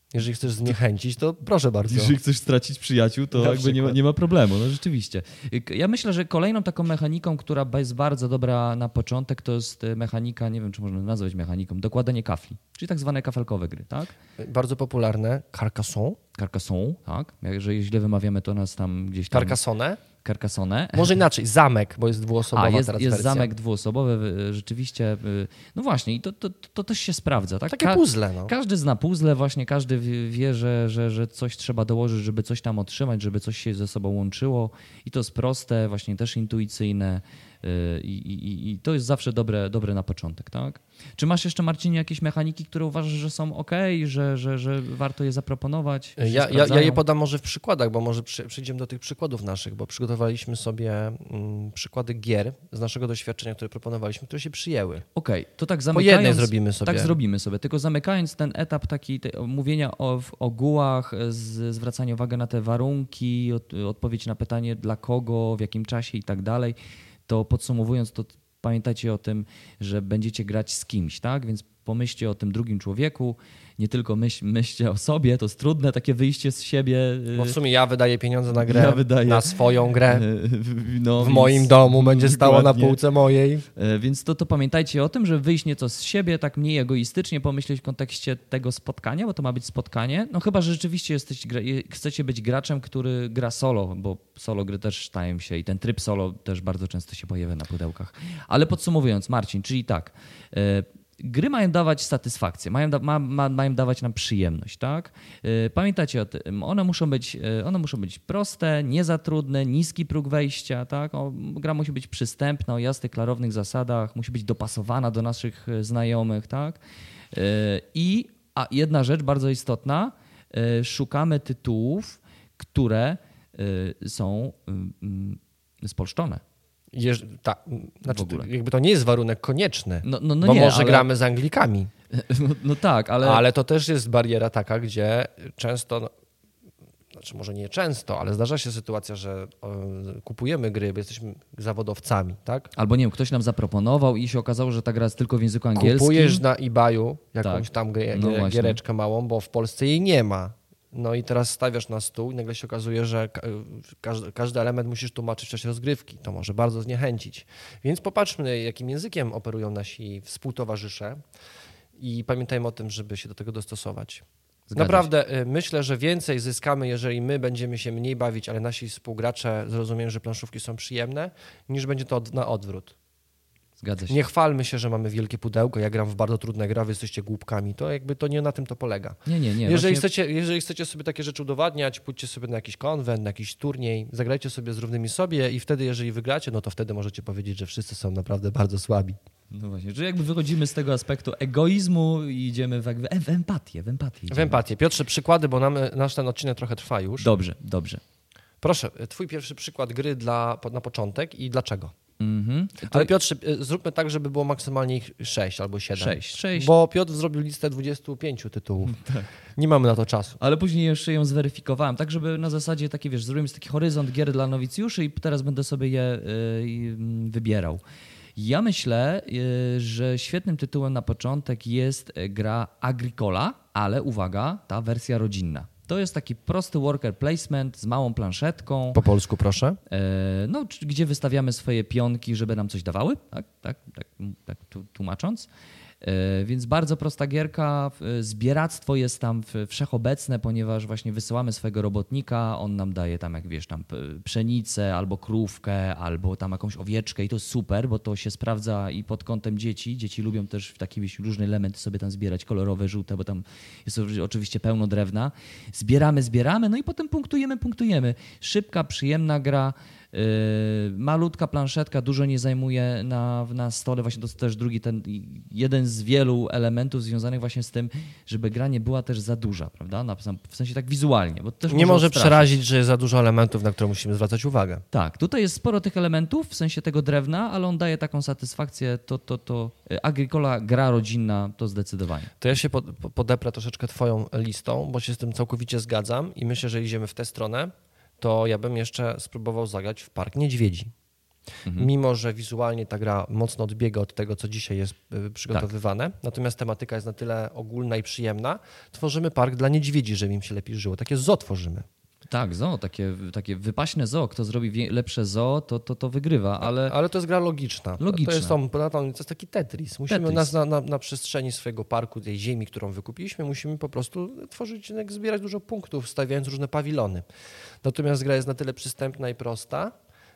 Jeżeli chcesz zniechęcić, to proszę bardzo. Jeżeli chcesz stracić przyjaciół, to Na jakby nie ma, przykład. nie ma problemu. No rzeczywiście. Ja myślę, że kolejną taką mechaniką, która jest bardzo dobra na początek, to jest mechanika, nie wiem, czy można nazwać mechaniką, dokładanie kafli, czyli tak zwane kafelkowe gry, tak? Bardzo popularne Carcassonne. Carcassonne, tak? Jeżeli źle wymawiamy, to nas tam gdzieś tam... Carcassonne. Carcassonne. Może inaczej, zamek, bo jest dwuosobowa A, jest, teraz jest wersja. zamek dwuosobowy, rzeczywiście. No właśnie, i to, to, to też się sprawdza. Tak? Takie puzzle. No. Każdy zna puzzle, właśnie każdy wie, że, że, że coś trzeba dołożyć, żeby coś tam otrzymać, żeby coś się ze sobą łączyło. I to jest proste, właśnie też intuicyjne. I, i, i to jest zawsze dobre, dobre na początek, tak? Czy masz jeszcze, Marcinie, jakieś mechaniki, które uważasz, że są ok, że, że, że warto je zaproponować? Ja, ja, ja je podam może w przykładach, bo może przy, przejdziemy do tych przykładów naszych, bo przygotowaliśmy sobie mm, przykłady gier z naszego doświadczenia, które proponowaliśmy, które się przyjęły. Okej, okay, to tak Po zamykając... jednej zrobimy sobie. Tak zrobimy sobie, tylko zamykając ten etap taki te, mówienia o, w ogółach, z, zwracania uwagi na te warunki, od, odpowiedź na pytanie dla kogo, w jakim czasie i tak dalej, to podsumowując, to pamiętajcie o tym, że będziecie grać z kimś, tak? Więc pomyślcie o tym drugim człowieku, nie tylko myśl, myślcie o sobie, to jest trudne takie wyjście z siebie. Bo w sumie ja wydaję pieniądze na grę, ja wydaję, na swoją grę. No, w więc, moim domu będzie stała dokładnie. na półce mojej. Więc to, to pamiętajcie o tym, że wyjść nieco z siebie, tak mniej egoistycznie pomyśleć w kontekście tego spotkania, bo to ma być spotkanie. No chyba, że rzeczywiście jesteś, chcecie być graczem, który gra solo, bo solo gry też stają się i ten tryb solo też bardzo często się pojawia na pudełkach. Ale podsumowując, Marcin, czyli tak, gry mają dawać satysfakcję, mają, da, ma, ma, mają dawać nam przyjemność, tak? Pamiętajcie o tym, one muszą być, one muszą być proste, nie za trudne, niski próg wejścia, tak? O, gra musi być przystępna, o jasnych, klarownych zasadach, musi być dopasowana do naszych znajomych, tak? I a jedna rzecz bardzo istotna, szukamy tytułów, które są spolszczone. Jeż, ta, znaczy, jakby to nie jest warunek konieczny, no, no, no bo nie, może ale... gramy z Anglikami. No, no tak, ale... Ale to też jest bariera taka, gdzie często, no, znaczy może nie często, ale zdarza się sytuacja, że o, kupujemy gry, bo jesteśmy zawodowcami, tak? Albo nie wiem, ktoś nam zaproponował i się okazało, że ta gra jest tylko w języku angielskim. Kupujesz na eBayu jakąś tak. tam gier, no giereczkę małą, bo w Polsce jej nie ma. No i teraz stawiasz na stół i nagle się okazuje, że każdy, każdy element musisz tłumaczyć w czasie rozgrywki. To może bardzo zniechęcić. Więc popatrzmy, jakim językiem operują nasi współtowarzysze i pamiętajmy o tym, żeby się do tego dostosować. Zgadza Naprawdę się. Myślę, że więcej zyskamy, jeżeli my będziemy się mniej bawić, ale nasi współgracze zrozumieją, że planszówki są przyjemne, niż będzie to na odwrót. Zgadza się. Nie chwalmy się, że mamy wielkie pudełko, ja gram w bardzo trudne gry, wy jesteście głupkami. To jakby to nie na tym to polega. Nie, nie, nie. Jeżeli, właśnie... chcecie, jeżeli chcecie sobie takie rzeczy udowadniać, pójdźcie sobie na jakiś konwent, na jakiś turniej, zagrajcie sobie z równymi sobie i wtedy, jeżeli wygracie, no to wtedy możecie powiedzieć, że wszyscy są naprawdę bardzo słabi. No właśnie, że jakby wychodzimy z tego aspektu egoizmu i idziemy w, w empatię. W empatię, w empatię. Piotrze, przykłady, bo nam, nasz ten odcinek trochę trwa już. Dobrze, dobrze. Proszę, twój pierwszy przykład gry dla, na początek i dlaczego? Mm-hmm. Ale Piotrze, zróbmy tak, żeby było maksymalnie ich sześć albo siedem. Sześć, sześć. Bo Piotr zrobił listę dwudziestu pięciu tytułów. Tak. Nie mamy na to czasu. Ale później jeszcze ją zweryfikowałem, tak żeby na zasadzie taki, wiesz, zrobimy taki horyzont gier dla nowicjuszy i teraz będę sobie je y, wybierał. Ja myślę, y, że świetnym tytułem na początek jest gra Agricola, ale uwaga, ta wersja rodzinna. To jest taki prosty worker placement z małą planszetką. Po polsku proszę. No, gdzie wystawiamy swoje pionki, żeby nam coś dawały, tak, tak, tak, tak tłumacząc. Więc bardzo prosta gierka. Zbieractwo jest tam wszechobecne, ponieważ właśnie wysyłamy swojego robotnika, on nam daje tam, jak wiesz, tam pszenicę albo krówkę, albo tam jakąś owieczkę i to jest super, bo to się sprawdza i pod kątem dzieci. Dzieci lubią też w takie wiesz, różne elementy sobie tam zbierać, kolorowe, żółte, bo tam jest oczywiście pełno drewna. Zbieramy, zbieramy, no i potem punktujemy, punktujemy. Szybka, przyjemna gra. Yy, malutka planszetka, dużo nie zajmuje na, na stole. Właśnie to jest też drugi, ten jeden z wielu elementów związanych właśnie z tym, żeby gra nie była też za duża, prawda? Na, w sensie tak wizualnie. Bo to też nie może, może przerazić, że jest za dużo elementów, na które musimy zwracać uwagę. Tak, tutaj jest sporo tych elementów, w sensie tego drewna, ale on daje taką satysfakcję, to, to, to Agricola, gra rodzinna, to zdecydowanie. To ja się pod, podeprę troszeczkę twoją listą, bo się z tym całkowicie zgadzam i myślę, że idziemy w tę stronę. To ja bym jeszcze spróbował zagrać w Park Niedźwiedzi. Mhm. Mimo że wizualnie ta gra mocno odbiega od tego, co dzisiaj jest przygotowywane. Tak. Natomiast tematyka jest na tyle ogólna i przyjemna. Tworzymy park dla niedźwiedzi, żeby im się lepiej żyło. Takie zoo tworzymy. Tak, zoo, takie, takie wypaśne zoo. Kto zrobi wie, lepsze zoo, to, to, to wygrywa, ale... Ale to jest gra logiczna. Logiczna. To jest, to jest taki Tetris. Musimy Tetris. Nas na, na, na przestrzeni swojego parku, tej ziemi, którą wykupiliśmy, musimy po prostu tworzyć, zbierać dużo punktów, stawiając różne pawilony. Natomiast gra jest na tyle przystępna i prosta,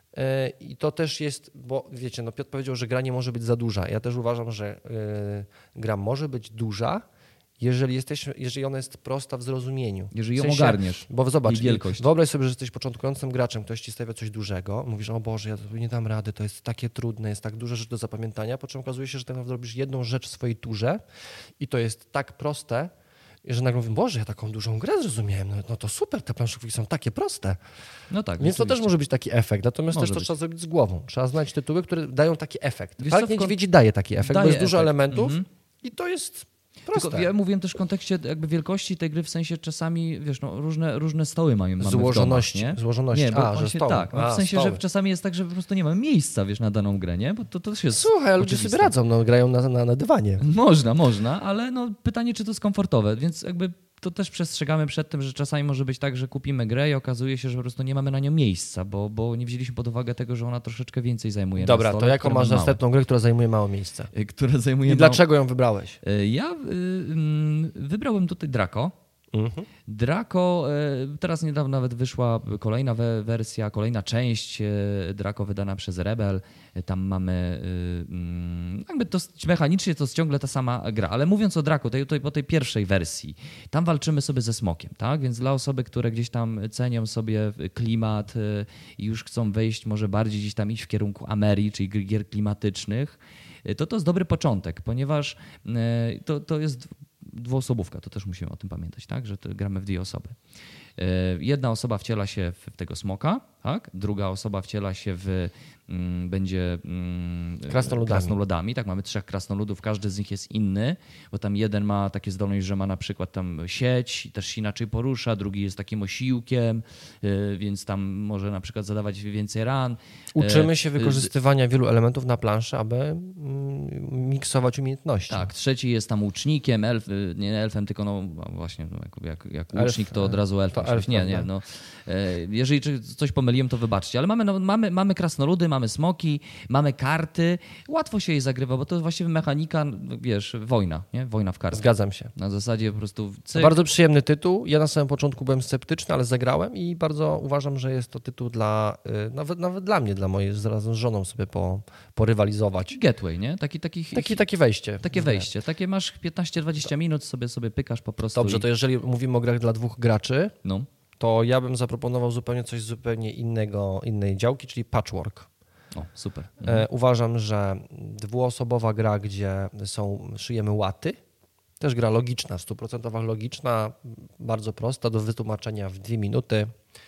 i to też jest, bo wiecie, no Piotr powiedział, że gra nie może być za duża. Ja też uważam, że gra może być duża, jeżeli, jesteś, jeżeli ona jest prosta w zrozumieniu. Jeżeli ją w sensie, ogarniesz. Bo zobacz, wielkość. Wyobraź sobie, że jesteś początkującym graczem, ktoś ci stawia coś dużego, mówisz, o Boże, ja to nie dam rady, to jest takie trudne, jest tak duża rzecz do zapamiętania, po czym okazuje się, że tak naprawdę robisz jedną rzecz w swojej turze i to jest tak proste, że nagle mówię, Boże, ja taką dużą grę zrozumiałem, no, no to super, te planszówki są takie proste. No tak. Więc to też może być taki efekt, natomiast może też to być. trzeba zrobić z głową. Trzeba znaleźć tytuły, które dają taki efekt. Wiesz Park co, Niedźwiedzi daje taki efekt, daje bo jest dużo efekt. elementów Mhm. i to jest proste. Tylko ja mówiłem też w kontekście jakby wielkości tej gry, w sensie czasami, wiesz, no, różne, różne stoły mają mamy Złożoności. w domach, nie? Złożoności. Nie, bo A, że się, stoły. tak, no, A, w sensie, stoły. że czasami jest tak, że po prostu nie ma miejsca, wiesz, na daną grę, nie? Bo to, to też jest Słuchaj, ale ludzie oczywiste. sobie radzą, no, grają na, na, na dywanie. Można, można, ale no, pytanie, czy to jest komfortowe, więc jakby to też przestrzegamy przed tym, że czasami może być tak, że kupimy grę i okazuje się, że po prostu nie mamy na nią miejsca, bo, bo nie wzięliśmy pod uwagę tego, że ona troszeczkę więcej zajmuje. Dobra, na stole, to jaką które masz ma następną grę, która zajmuje mało miejsca? mało. Która zajmuje I mało... dlaczego ją wybrałeś? Ja y, y, wybrałem tutaj Draco. Mhm. Draco, teraz niedawno nawet wyszła kolejna wersja, kolejna część Draco wydana przez Rebel. Tam mamy, jakby to mechanicznie to jest ciągle ta sama gra, ale mówiąc o Draco, tej, tej, po tej pierwszej wersji, tam walczymy sobie ze smokiem, tak? Więc dla osoby, które gdzieś tam cenią sobie klimat i już chcą wejść, może bardziej gdzieś tam iść w kierunku Amerii, czyli gier klimatycznych, to to jest dobry początek, ponieważ to, to jest dwuosobówka, to też musimy o tym pamiętać, tak? Że to gramy w dwie osoby. Jedna osoba wciela się w tego smoka, tak? Druga osoba wciela się w mm, będzie mm, krasnoludami. krasnoludami. Tak, mamy trzech krasnoludów, każdy z nich jest inny, bo tam jeden ma takie zdolność, że ma na przykład tam sieć i też się inaczej porusza, drugi jest takim osiłkiem, więc tam może na przykład zadawać więcej ran. Uczymy się wykorzystywania wielu elementów na planszy, aby miksować umiejętności. Tak, trzeci jest tam łucznikiem, elf, nie elfem, tylko no właśnie no, jak, jak, jak łucznik, elf, to od razu elf. elf nie, nie, no. Jeżeli coś pomyliłem, to wybaczcie, ale mamy, no, mamy, mamy krasnoludy, mamy smoki, mamy karty, łatwo się je zagrywa, bo to jest właściwie mechanika, wiesz, wojna, nie? Wojna w karty. Zgadzam się. Na zasadzie po prostu... Cyk. Bardzo przyjemny tytuł. Ja na samym początku byłem sceptyczny, ale zagrałem i bardzo uważam, że jest to tytuł dla, nawet, nawet dla mnie, dla mojej, zarazem z żoną sobie po, porywalizować. Gateway, nie? Taki, taki, taki, takie wejście. Takie wejście. Takie masz piętnaście dwadzieścia minut, sobie sobie pykasz po prostu. Dobrze, i... to jeżeli mówimy o grach dla dwóch graczy, no. to ja bym zaproponował zupełnie coś zupełnie innego, innej działki, czyli patchwork. O, super. Mhm. E, uważam, że dwuosobowa gra, gdzie są, szyjemy łaty, też gra logiczna, stuprocentowa logiczna, bardzo prosta do wytłumaczenia w dwie minuty.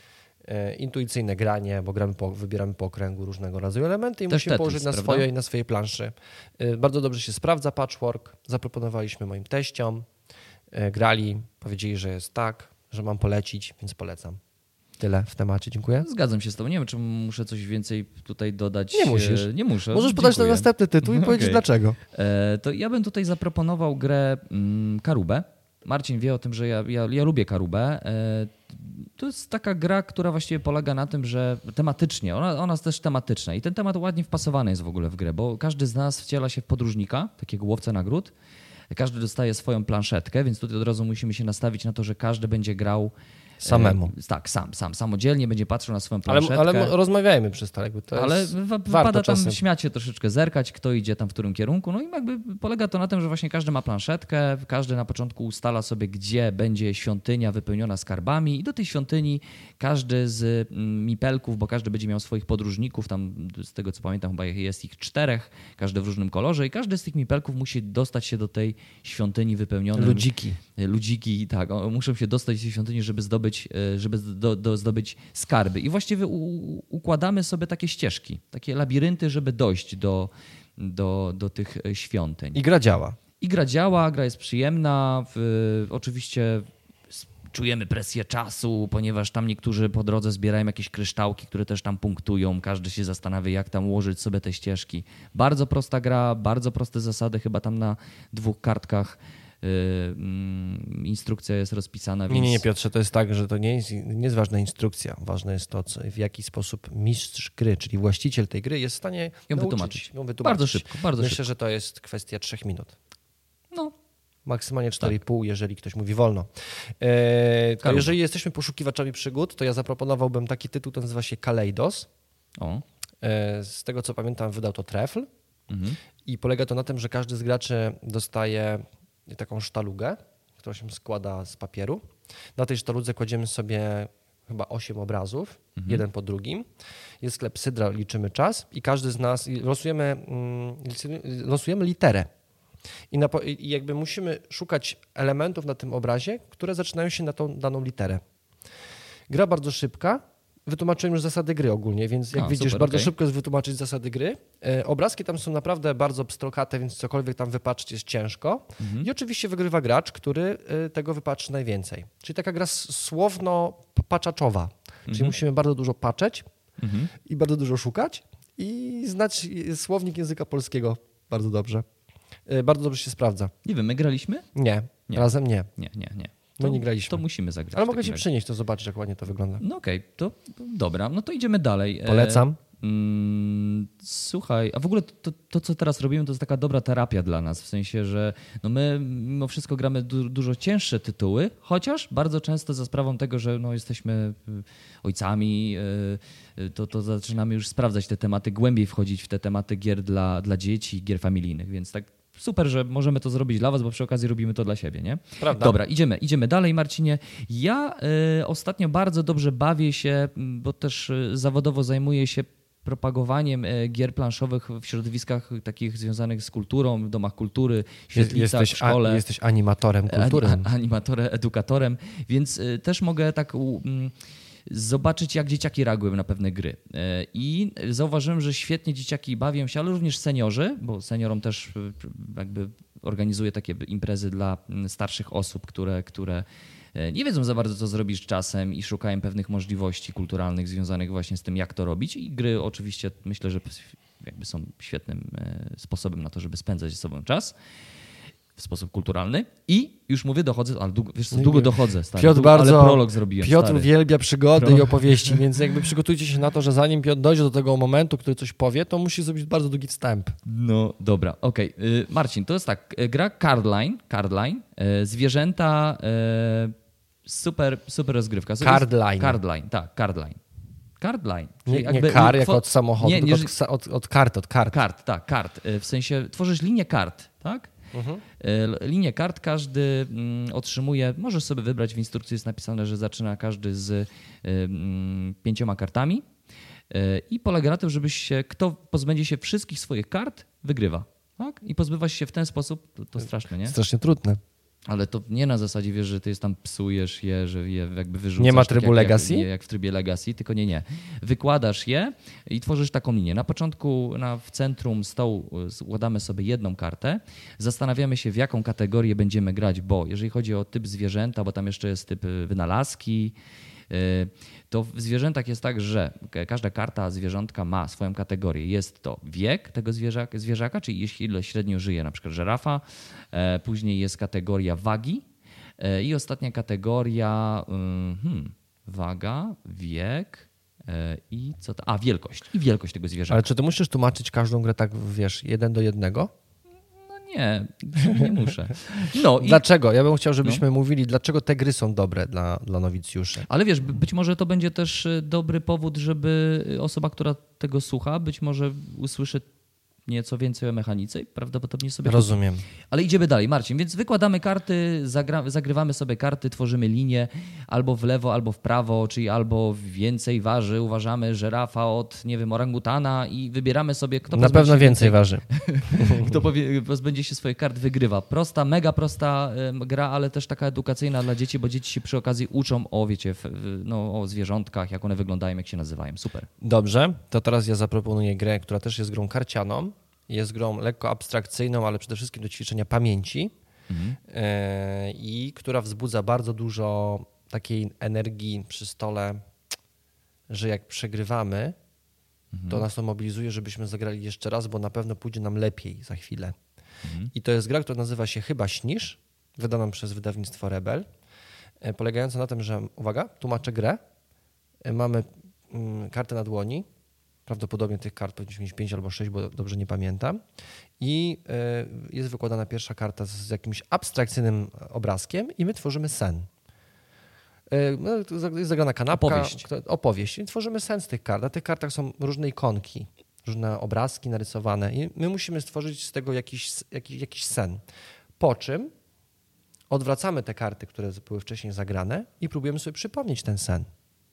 E, intuicyjne granie, bo gramy po, wybieramy po okręgu różnego rodzaju elementy i też musimy Tetris, położyć na, swoje, na swojej planszy. E, bardzo dobrze się sprawdza patchwork. Zaproponowaliśmy moim teściom. E, grali, powiedzieli, że jest tak, że mam polecić, więc polecam. Tyle w temacie, dziękuję. Zgadzam się z tobą. Nie wiem, czy muszę coś więcej tutaj dodać. Nie musisz. Nie muszę. Możesz podać ten następny tytuł i okay. powiedzieć dlaczego. E, to ja bym tutaj zaproponował grę mm, Karubę. Marcin wie o tym, że ja, ja, ja lubię Karubę. E, to jest taka gra, która właściwie polega na tym, że tematycznie, ona, ona jest też tematyczna i ten temat ładnie wpasowany jest w ogóle w grę, bo każdy z nas wciela się w podróżnika, takiego łowcę nagród. Każdy dostaje swoją planszetkę, więc tutaj od razu musimy się nastawić na to, że każdy będzie grał samemu. E, tak, sam, sam, samodzielnie będzie patrzył na swoją planszetkę. Ale, ale rozmawiajmy przez to. Jakby to ale jest wypada tam czasem. śmiać się troszeczkę, zerkać, kto idzie tam w którym kierunku. No i jakby polega to na tym, że właśnie każdy ma planszetkę, każdy na początku ustala sobie, gdzie będzie świątynia wypełniona skarbami i do tej świątyni każdy z mipelków, bo każdy będzie miał swoich podróżników, tam z tego co pamiętam chyba jest ich czterech, każdy w różnym kolorze i każdy z tych mipelków musi dostać się do tej świątyni wypełnionej. Ludziki. Ludziki, tak. Muszą się dostać do tej świątyni, żeby zdobyć, żeby do, do, zdobyć skarby. I właściwie u, układamy sobie takie ścieżki, takie labirynty, żeby dojść do, do, do tych świątyń. I gra działa. I gra działa, gra jest przyjemna. W, oczywiście czujemy presję czasu, ponieważ tam niektórzy po drodze zbierają jakieś kryształki, które też tam punktują. Każdy się zastanawia, jak tam ułożyć sobie te ścieżki. Bardzo prosta gra, bardzo proste zasady, chyba tam na dwóch kartkach yy, yy, instrukcja jest rozpisana. Więc... Nie, nie, nie, Piotrze, to jest tak, że to nie jest, nie jest ważna instrukcja. Ważne jest to, co, w jaki sposób mistrz gry, czyli właściciel tej gry jest w stanie ją nauczyć, wytłumaczyć. ją wytłumaczyć. Bardzo szybko, bardzo Myślę, szybko. że to jest kwestia trzech minut. No. Maksymalnie cztery i pół, tak. Jeżeli ktoś mówi wolno. E, to jeżeli jesteśmy poszukiwaczami przygód, to ja zaproponowałbym taki tytuł, to nazywa się Kaleidos. O. E, z tego co pamiętam, wydał to Trefl. Mhm. I polega to na tym, że każdy z graczy dostaje taką sztalugę, która się składa z papieru. Na tej sztaludze kładziemy sobie chyba osiem obrazów, mhm. jeden po drugim. Jest klepsydra, liczymy czas i każdy z nas, losujemy, losujemy literę. I, na, I jakby musimy szukać elementów na tym obrazie, które zaczynają się na tą daną literę. Gra bardzo szybka. Wytłumaczyłem już zasady gry ogólnie, więc jak A, widzisz, super, bardzo okay. szybko jest wytłumaczyć zasady gry. E, obrazki tam są naprawdę bardzo pstrokate, więc cokolwiek tam wypatrzyć jest ciężko. Mhm. I oczywiście wygrywa gracz, który e, tego wypatrzy najwięcej. Czyli taka gra słowno-paczaczowa. Mhm. Czyli musimy bardzo dużo patrzeć mhm. i bardzo dużo szukać i znać słownik języka polskiego bardzo dobrze. E, bardzo dobrze się sprawdza. Nie wiem, my graliśmy? Nie, nie. razem nie. Nie, nie, nie. No nie graliśmy. To musimy zagrać. Ale mogę ci przynieść, to zobaczyć, jak ładnie to wygląda. No okej, okay, to dobra, no to idziemy dalej. Polecam. E, mm, słuchaj, a w ogóle to, to, co teraz robimy, to jest taka dobra terapia dla nas, w sensie, że no my mimo wszystko gramy du- dużo cięższe tytuły, chociaż bardzo często za sprawą tego, że no jesteśmy ojcami, to, to zaczynamy już sprawdzać te tematy, głębiej wchodzić w te tematy gier dla, dla dzieci, gier familijnych, więc tak super, że możemy to zrobić dla was, bo przy okazji robimy to dla siebie, nie? Prawda. Dobra, idziemy, idziemy dalej, Marcinie. Ja y, ostatnio bardzo dobrze bawię się, bo też y, zawodowo zajmuję się propagowaniem y, gier planszowych w środowiskach takich związanych z kulturą, w domach kultury, świetlicach, jesteś, w szkole. A, jesteś animatorem kultury. Ani, a, animatorem, edukatorem, więc y, też mogę tak... U, y, zobaczyć, jak dzieciaki reagują na pewne gry. I zauważyłem, że świetnie dzieciaki bawią się, ale również seniorzy, bo seniorom też jakby organizuję takie imprezy dla starszych osób, które, które nie wiedzą za bardzo, co zrobić z czasem i szukają pewnych możliwości kulturalnych związanych właśnie z tym, jak to robić. I gry oczywiście myślę, że jakby są świetnym sposobem na to, żeby spędzać ze sobą czas w sposób kulturalny i już mówię, dochodzę, ale długo, wiesz co, długo dochodzę, stary, Piotr długo, bardzo, ale prolog zrobiłem. Piotr stary. uwielbia przygody Pro... i opowieści, więc jakby przygotujcie się na to, że zanim Piotr dojdzie do tego momentu, który coś powie, to musi zrobić bardzo długi wstęp. No dobra, okej. Okay. Marcin, to jest tak, gra Cardline, Cardline, zwierzęta, super, super rozgrywka. Cardline. Cardline, tak, Cardline. Cardline. Nie, nie car jako od samochodu, nie, nie, tylko od, od kart, od kart. Kart, tak, kart. W sensie tworzysz linię kart, tak? Mhm. Linię kart każdy otrzymuje, możesz sobie wybrać, w instrukcji jest napisane, że zaczyna każdy z pięcioma kartami i polega na tym, żebyś się, kto pozbędzie się wszystkich swoich kart, wygrywa. Tak? I pozbywasz się w ten sposób, to, to straszne, nie? Strasznie trudne. Ale to nie na zasadzie, wiesz, że ty jest tam psujesz je, że je jakby wyrzucasz. Nie ma trybu tak jak, legacy? Jak, jak w trybie legacy, tylko nie, nie. Wykładasz je i tworzysz taką linię. Na początku na, w centrum stołu składamy sobie jedną kartę, zastanawiamy się, w jaką kategorię będziemy grać, bo jeżeli chodzi o typ zwierzęta, bo tam jeszcze jest typ wynalazki, to w zwierzętach jest tak, że każda karta zwierzątka ma swoją kategorię. Jest to wiek tego zwierzaka, zwierzaka, czyli ile średnio żyje na przykład żyrafa. Później jest kategoria wagi i ostatnia kategoria hmm, waga, wiek i co to? A, wielkość. I wielkość tego zwierzaka. Ale czy ty musisz tłumaczyć każdą grę tak, wiesz, jeden do jednego? Nie, nie muszę. No i... Dlaczego? Ja bym chciał, żebyśmy no. mówili, dlaczego te gry są dobre dla, dla nowicjuszy. Ale wiesz, być może to będzie też dobry powód, żeby osoba, która tego słucha, być może usłyszy nieco więcej o mechanice i prawdopodobnie sobie... Rozumiem. Kupi. Ale idziemy dalej, Marcin. Więc wykładamy karty, zagra... zagrywamy sobie karty, tworzymy linię albo w lewo, albo w prawo, czyli albo więcej waży. Uważamy żyrafa od, nie wiem, orangutana i wybieramy sobie, kto na pewno więcej waży. Kto powie, pozbędzie się swoich kart, wygrywa. Prosta, mega prosta gra, ale też taka edukacyjna dla dzieci, bo dzieci się przy okazji uczą o, wiecie, no, o zwierzątkach, jak one wyglądają, jak się nazywają. Super. Dobrze, to teraz ja zaproponuję grę, która też jest grą karcianą. Jest grą lekko abstrakcyjną, ale przede wszystkim do ćwiczenia pamięci mhm. i która wzbudza bardzo dużo takiej energii przy stole, że jak przegrywamy, mhm. to nas to mobilizuje, żebyśmy zagrali jeszcze raz, bo na pewno pójdzie nam lepiej za chwilę. Mhm. I to jest gra, która nazywa się Chyba śnisz, wydana przez wydawnictwo Rebel, polegająca na tym, że, uwaga, tłumaczę grę, mamy kartę na dłoni, prawdopodobnie tych kart powinniśmy mieć pięć albo sześć, bo dobrze nie pamiętam. I jest wykładana pierwsza karta z jakimś abstrakcyjnym obrazkiem i my tworzymy sen. No, jest zagrana kanapka, opowieść. opowieść. I tworzymy sen z tych kart. Na tych kartach są różne ikonki, różne obrazki narysowane i my musimy stworzyć z tego jakiś, jakiś, jakiś sen. Po czym odwracamy te karty, które były wcześniej zagrane i próbujemy sobie przypomnieć ten sen.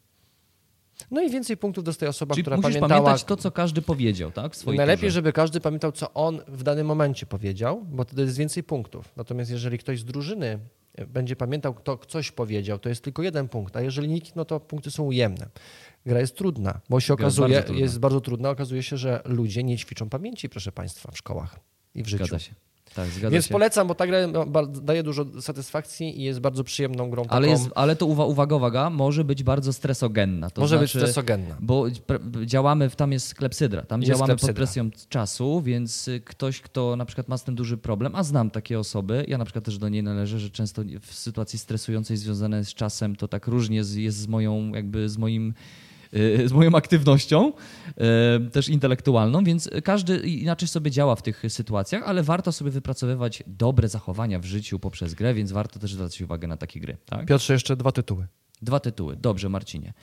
No i więcej punktów dostaje osoba, Czyli która musisz pamiętała... pamiętać to, co każdy powiedział, tak? W swojej Najlepiej, turze. żeby każdy pamiętał, co on w danym momencie powiedział, bo wtedy jest więcej punktów. Natomiast jeżeli ktoś z drużyny będzie pamiętał, kto coś powiedział, to jest tylko jeden punkt, a jeżeli nikt, no to punkty są ujemne. Gra jest trudna, bo się Gra okazuje, jest bardzo jest bardzo trudna, okazuje się, że ludzie nie ćwiczą pamięci, proszę Państwa, w szkołach i w życiu. Zgadza się. Tak, zgadza Więc się. polecam, bo ta gra daje dużo satysfakcji i jest bardzo przyjemną grą. Ale, taką... jest, ale to uwa- uwaga, uwaga, może być bardzo stresogenna. To może znaczy, być stresogenna. Bo pr- działamy, tam jest klepsydra, tam Jest działamy klepsydra. pod presją czasu, więc ktoś, kto na przykład ma z tym duży problem, a znam takie osoby, ja na przykład też do niej należę, że często w sytuacji stresującej związanej z czasem to tak różnie jest z moją, jakby z moim z moją aktywnością, też intelektualną, więc każdy inaczej sobie działa w tych sytuacjach, ale warto sobie wypracowywać dobre zachowania w życiu poprzez grę, więc warto też zwracać uwagę na takie gry. Tak? Piotrze, jeszcze dwa tytuły. Dwa tytuły. Dobrze, Marcinie.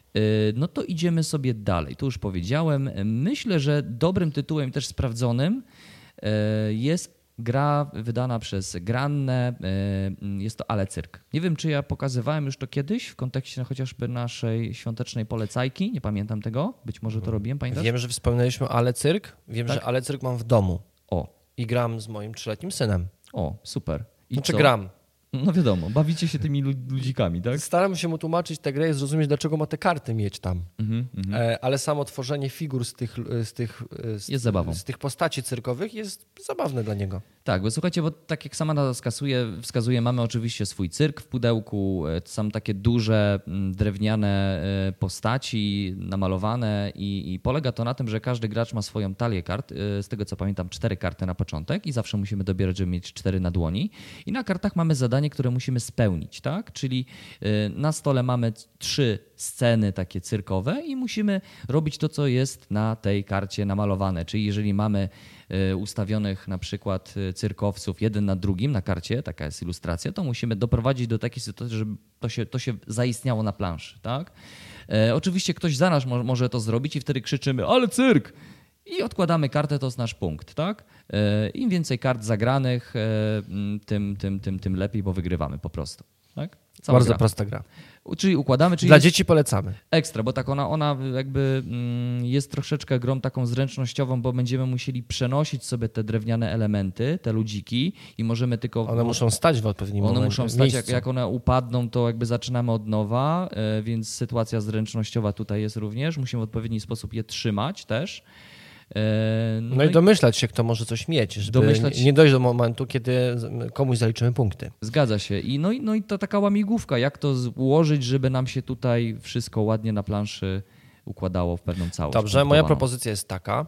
No to idziemy sobie dalej. Tu już powiedziałem. Myślę, że dobrym tytułem, też sprawdzonym jest gra wydana przez Grannę, jest to Ale Cyrk. Nie wiem, czy ja pokazywałem już to kiedyś w kontekście chociażby naszej świątecznej polecajki. Nie pamiętam tego. Być może to robiłem, pamiętasz? Wiem, że wspomnieliśmy o Ale Cyrk. Wiem, tak? że Ale Cyrk mam w domu. O. I gram z moim trzyletnim synem. O, super. I znaczy co? gram. No wiadomo, bawicie się tymi ludzikami, tak? Staram się mu tłumaczyć tę grę i zrozumieć, dlaczego ma te karty mieć tam. Mm-hmm, mm-hmm. Ale samo tworzenie figur z tych, z tych, z, jest zabawą. Z tych postaci cyrkowych jest zabawne dla niego. Tak, bo słuchajcie, bo tak jak sama nazwa wskazuje, wskazuje, mamy oczywiście swój cyrk w pudełku, są takie duże drewniane postaci namalowane i, i polega to na tym, że każdy gracz ma swoją talię kart, z tego co pamiętam cztery karty na początek i zawsze musimy dobierać, żeby mieć cztery na dłoni i na kartach mamy zadanie, które musimy spełnić, tak? Czyli na stole mamy trzy sceny takie cyrkowe i musimy robić to, co jest na tej karcie namalowane, czyli jeżeli mamy ustawionych na przykład cyrkowców jeden na drugim na karcie, taka jest ilustracja, to musimy doprowadzić do takiej sytuacji, żeby to się, to się zaistniało na planszy. Tak? E, oczywiście ktoś za nas mo- może to zrobić i wtedy krzyczymy, ale cyrk! I odkładamy kartę, to jest nasz punkt. Tak? E, im więcej kart zagranych, e, tym, tym, tym, tym lepiej, bo wygrywamy po prostu. Tak? Cała Bardzo gra. prosta gra. Czyli układamy. Czyli Dla jest dzieci polecamy. Ekstra, bo tak ona, ona jakby jest troszeczkę grą taką zręcznościową, bo będziemy musieli przenosić sobie te drewniane elementy, te ludziki i możemy tylko... One muszą stać w odpowiednim One momencie. muszą stać, jak, jak one upadną, to jakby zaczynamy od nowa, więc sytuacja zręcznościowa tutaj jest również. Musimy w odpowiedni sposób je trzymać też. No, no i domyślać się, kto może coś mieć, żeby domyślać... nie dojść do momentu, kiedy komuś zaliczymy punkty. Zgadza się. I no, i no i to taka łamigłówka, jak to ułożyć, żeby nam się tutaj wszystko ładnie na planszy układało w pewną całość. Dobrze, moja propozycja jest taka.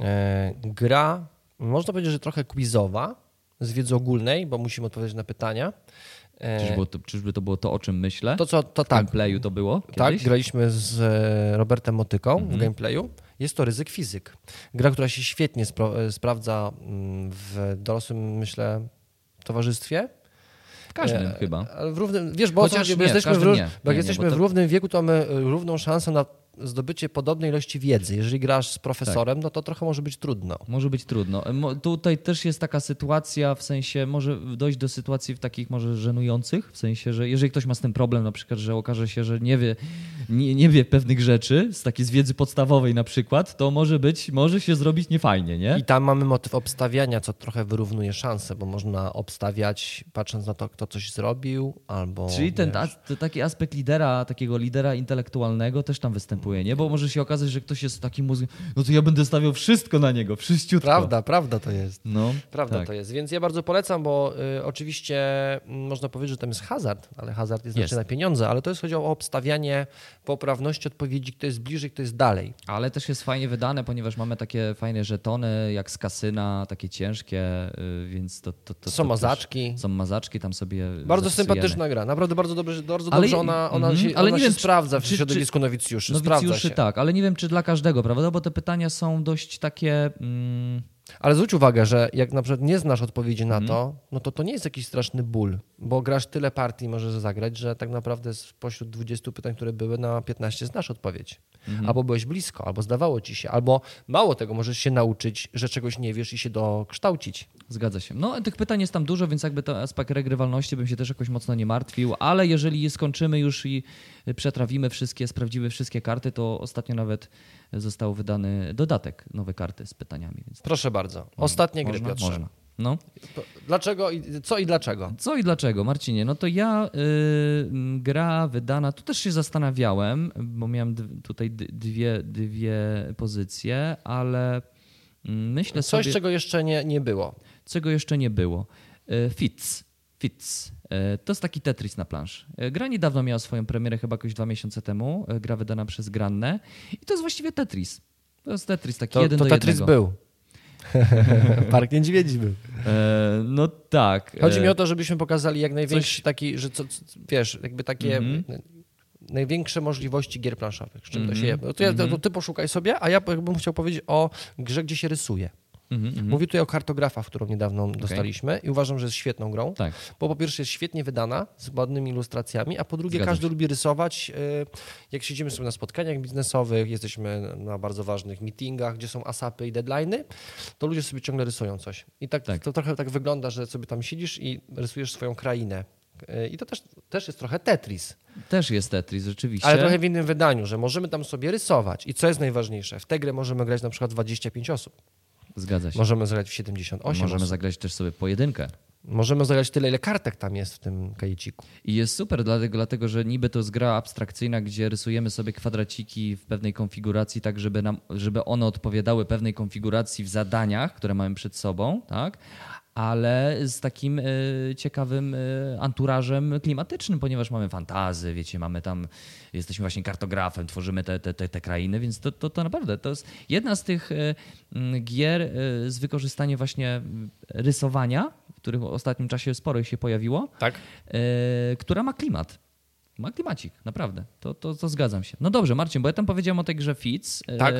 Gra, można powiedzieć, że trochę quizowa, z wiedzy ogólnej, bo musimy odpowiedzieć na pytania. Czyżby to, czyżby to było to, o czym myślę? To, co, to w tak. gameplayu to było kiedyś? Tak, graliśmy z Robertem Motyką mhm. w gameplayu. Jest to Ryzyk Fizyk. Gra, która się świetnie spra- sprawdza w dorosłym, myślę, towarzystwie. W każdym e, chyba. W równym, wiesz, bo, Chociaż co, bo nie, jesteśmy, w, nie, bo nie, jak nie, jesteśmy bo to... w równym wieku, to mamy równą szansę na zdobycie podobnej ilości wiedzy. Jeżeli grasz z profesorem, tak. no to trochę może być trudno. Może być trudno. Tutaj też jest taka sytuacja, w sensie może dojść do sytuacji w takich może żenujących, w sensie, że jeżeli ktoś ma z tym problem, na przykład, że okaże się, że nie wie, nie, nie wie pewnych rzeczy, z takiej z wiedzy podstawowej na przykład, to może być, może się zrobić niefajnie, nie? I tam mamy motyw obstawiania, co trochę wyrównuje szanse, bo można obstawiać patrząc na to, kto coś zrobił, albo... Czyli ten wiesz, ta, taki aspekt lidera, takiego lidera intelektualnego też tam występuje, nie? Bo może się okazać, że ktoś jest takim mózgiem, no to ja będę stawiał wszystko na niego, wszyściutko. Prawda, prawda to jest. No, Prawda tak. to jest. Więc ja bardzo polecam, bo y, oczywiście y, można powiedzieć, że tam jest hazard, ale hazard jest, Jest. znaczy na pieniądze, ale to jest chodzi o obstawianie poprawności odpowiedzi, kto jest bliżej, kto jest dalej. Ale też jest fajnie wydane, ponieważ mamy takie fajne żetony jak z kasyna, takie ciężkie, y, więc to... to, to Są to mazaczki. Też, są mazaczki, tam sobie Bardzo zapisujemy. sympatyczna gra, naprawdę bardzo dobrze, bardzo Ale- dobrze ona, ona mhm, się, ale ona nie się wiem, czy- sprawdza w czy- środowisku nowicjuszy, sprawdza Nowicjuszy się. tak, ale nie wiem, czy dla każdego, prawda? Bo te pytania są dość takie... Mm, Ale zwróć uwagę, że jak na przykład nie znasz odpowiedzi na Mhm. to, no to to nie jest jakiś straszny ból, bo grasz tyle partii możesz zagrać, że tak naprawdę spośród dwudziestu pytań, które były, na piętnaście znasz odpowiedź. Mhm. Albo byłeś blisko, albo zdawało ci się, albo mało tego, możesz się nauczyć, że czegoś nie wiesz i się dokształcić. Zgadza się. No tych pytań jest tam dużo, więc jakby ten aspekt regrywalności bym się też jakoś mocno nie martwił, ale jeżeli je skończymy już i przetrawimy wszystkie, sprawdzimy wszystkie karty, to ostatnio nawet został wydany dodatek, nowe karty z pytaniami. Więc Proszę bardzo. Ostatnie gry, można, Piotrze. można. No. Dlaczego, i- co i dlaczego? Co i dlaczego, Marcinie? No to ja y, gra wydana, tu też się zastanawiałem, bo miałem d- tutaj d- dwie, dwie pozycje, ale mm, myślę Coś, sobie... czego jeszcze nie, nie było. czego jeszcze nie było. E, Fits. Fits. E, To jest taki Tetris na plansz. E, Gra niedawno miała swoją premierę, chyba jakoś dwa miesiące temu. E, Gra wydana przez Grannę. I to jest właściwie Tetris. To jest Tetris, taki To, jeden to do Tetris jednego. był. Park Niedźwiedzi był. E, no tak. Chodzi E, mi o to, żebyśmy pokazali jak największy Coś- taki, że co, co, wiesz, jakby takie Mhm. największe możliwości gier planszowych. Z czym to Mhm. się je. To, ja, to, Mhm. to ty poszukaj sobie, a ja bym chciał powiedzieć o grze, gdzie się rysuje. mhm, mhm. Mówię tutaj o kartografach, którą niedawno dostaliśmy i uważam, że jest świetną grą. Tak. Bo po pierwsze jest świetnie wydana, z ładnymi ilustracjami, a po drugie Zgadza każdy się. lubi rysować. y, Jak siedzimy sobie na spotkaniach biznesowych, jesteśmy na bardzo ważnych meetingach, gdzie są asapy i deadline'y, to ludzie sobie ciągle rysują coś. I tak, Tak. to trochę tak wygląda, że sobie tam siedzisz i rysujesz swoją krainę. Y, I to też, też jest trochę Tetris, Też jest Tetris, rzeczywiście. ale trochę w innym wydaniu, że możemy tam sobie rysować. I co jest najważniejsze, w tę grę możemy grać na przykład dwadzieścia pięć osób. Zgadza się. Możemy zagrać w siedemdziesiąt osiem Możemy osób. zagrać też sobie pojedynkę. Możemy zagrać tyle, ile kartek tam jest w tym kajeciku. I jest super, dlatego, dlatego że niby to jest gra abstrakcyjna, gdzie rysujemy sobie kwadraciki w pewnej konfiguracji, tak żeby, nam, żeby one odpowiadały pewnej konfiguracji w zadaniach, które mamy przed sobą, tak? Ale z takim y, ciekawym y, anturażem klimatycznym, ponieważ mamy fantazy, wiecie, mamy tam, jesteśmy właśnie kartografem, tworzymy te, te, te, te krainy, więc to, to, to naprawdę to jest jedna z tych y, y, gier y, z wykorzystaniem właśnie rysowania, których w ostatnim czasie sporo ich się pojawiło, Tak? e, która ma klimat. Ma klimacik, naprawdę. To, to, to zgadzam się. No dobrze, Marcin, bo ja tam powiedziałem o tej grze Fits. E, Tak.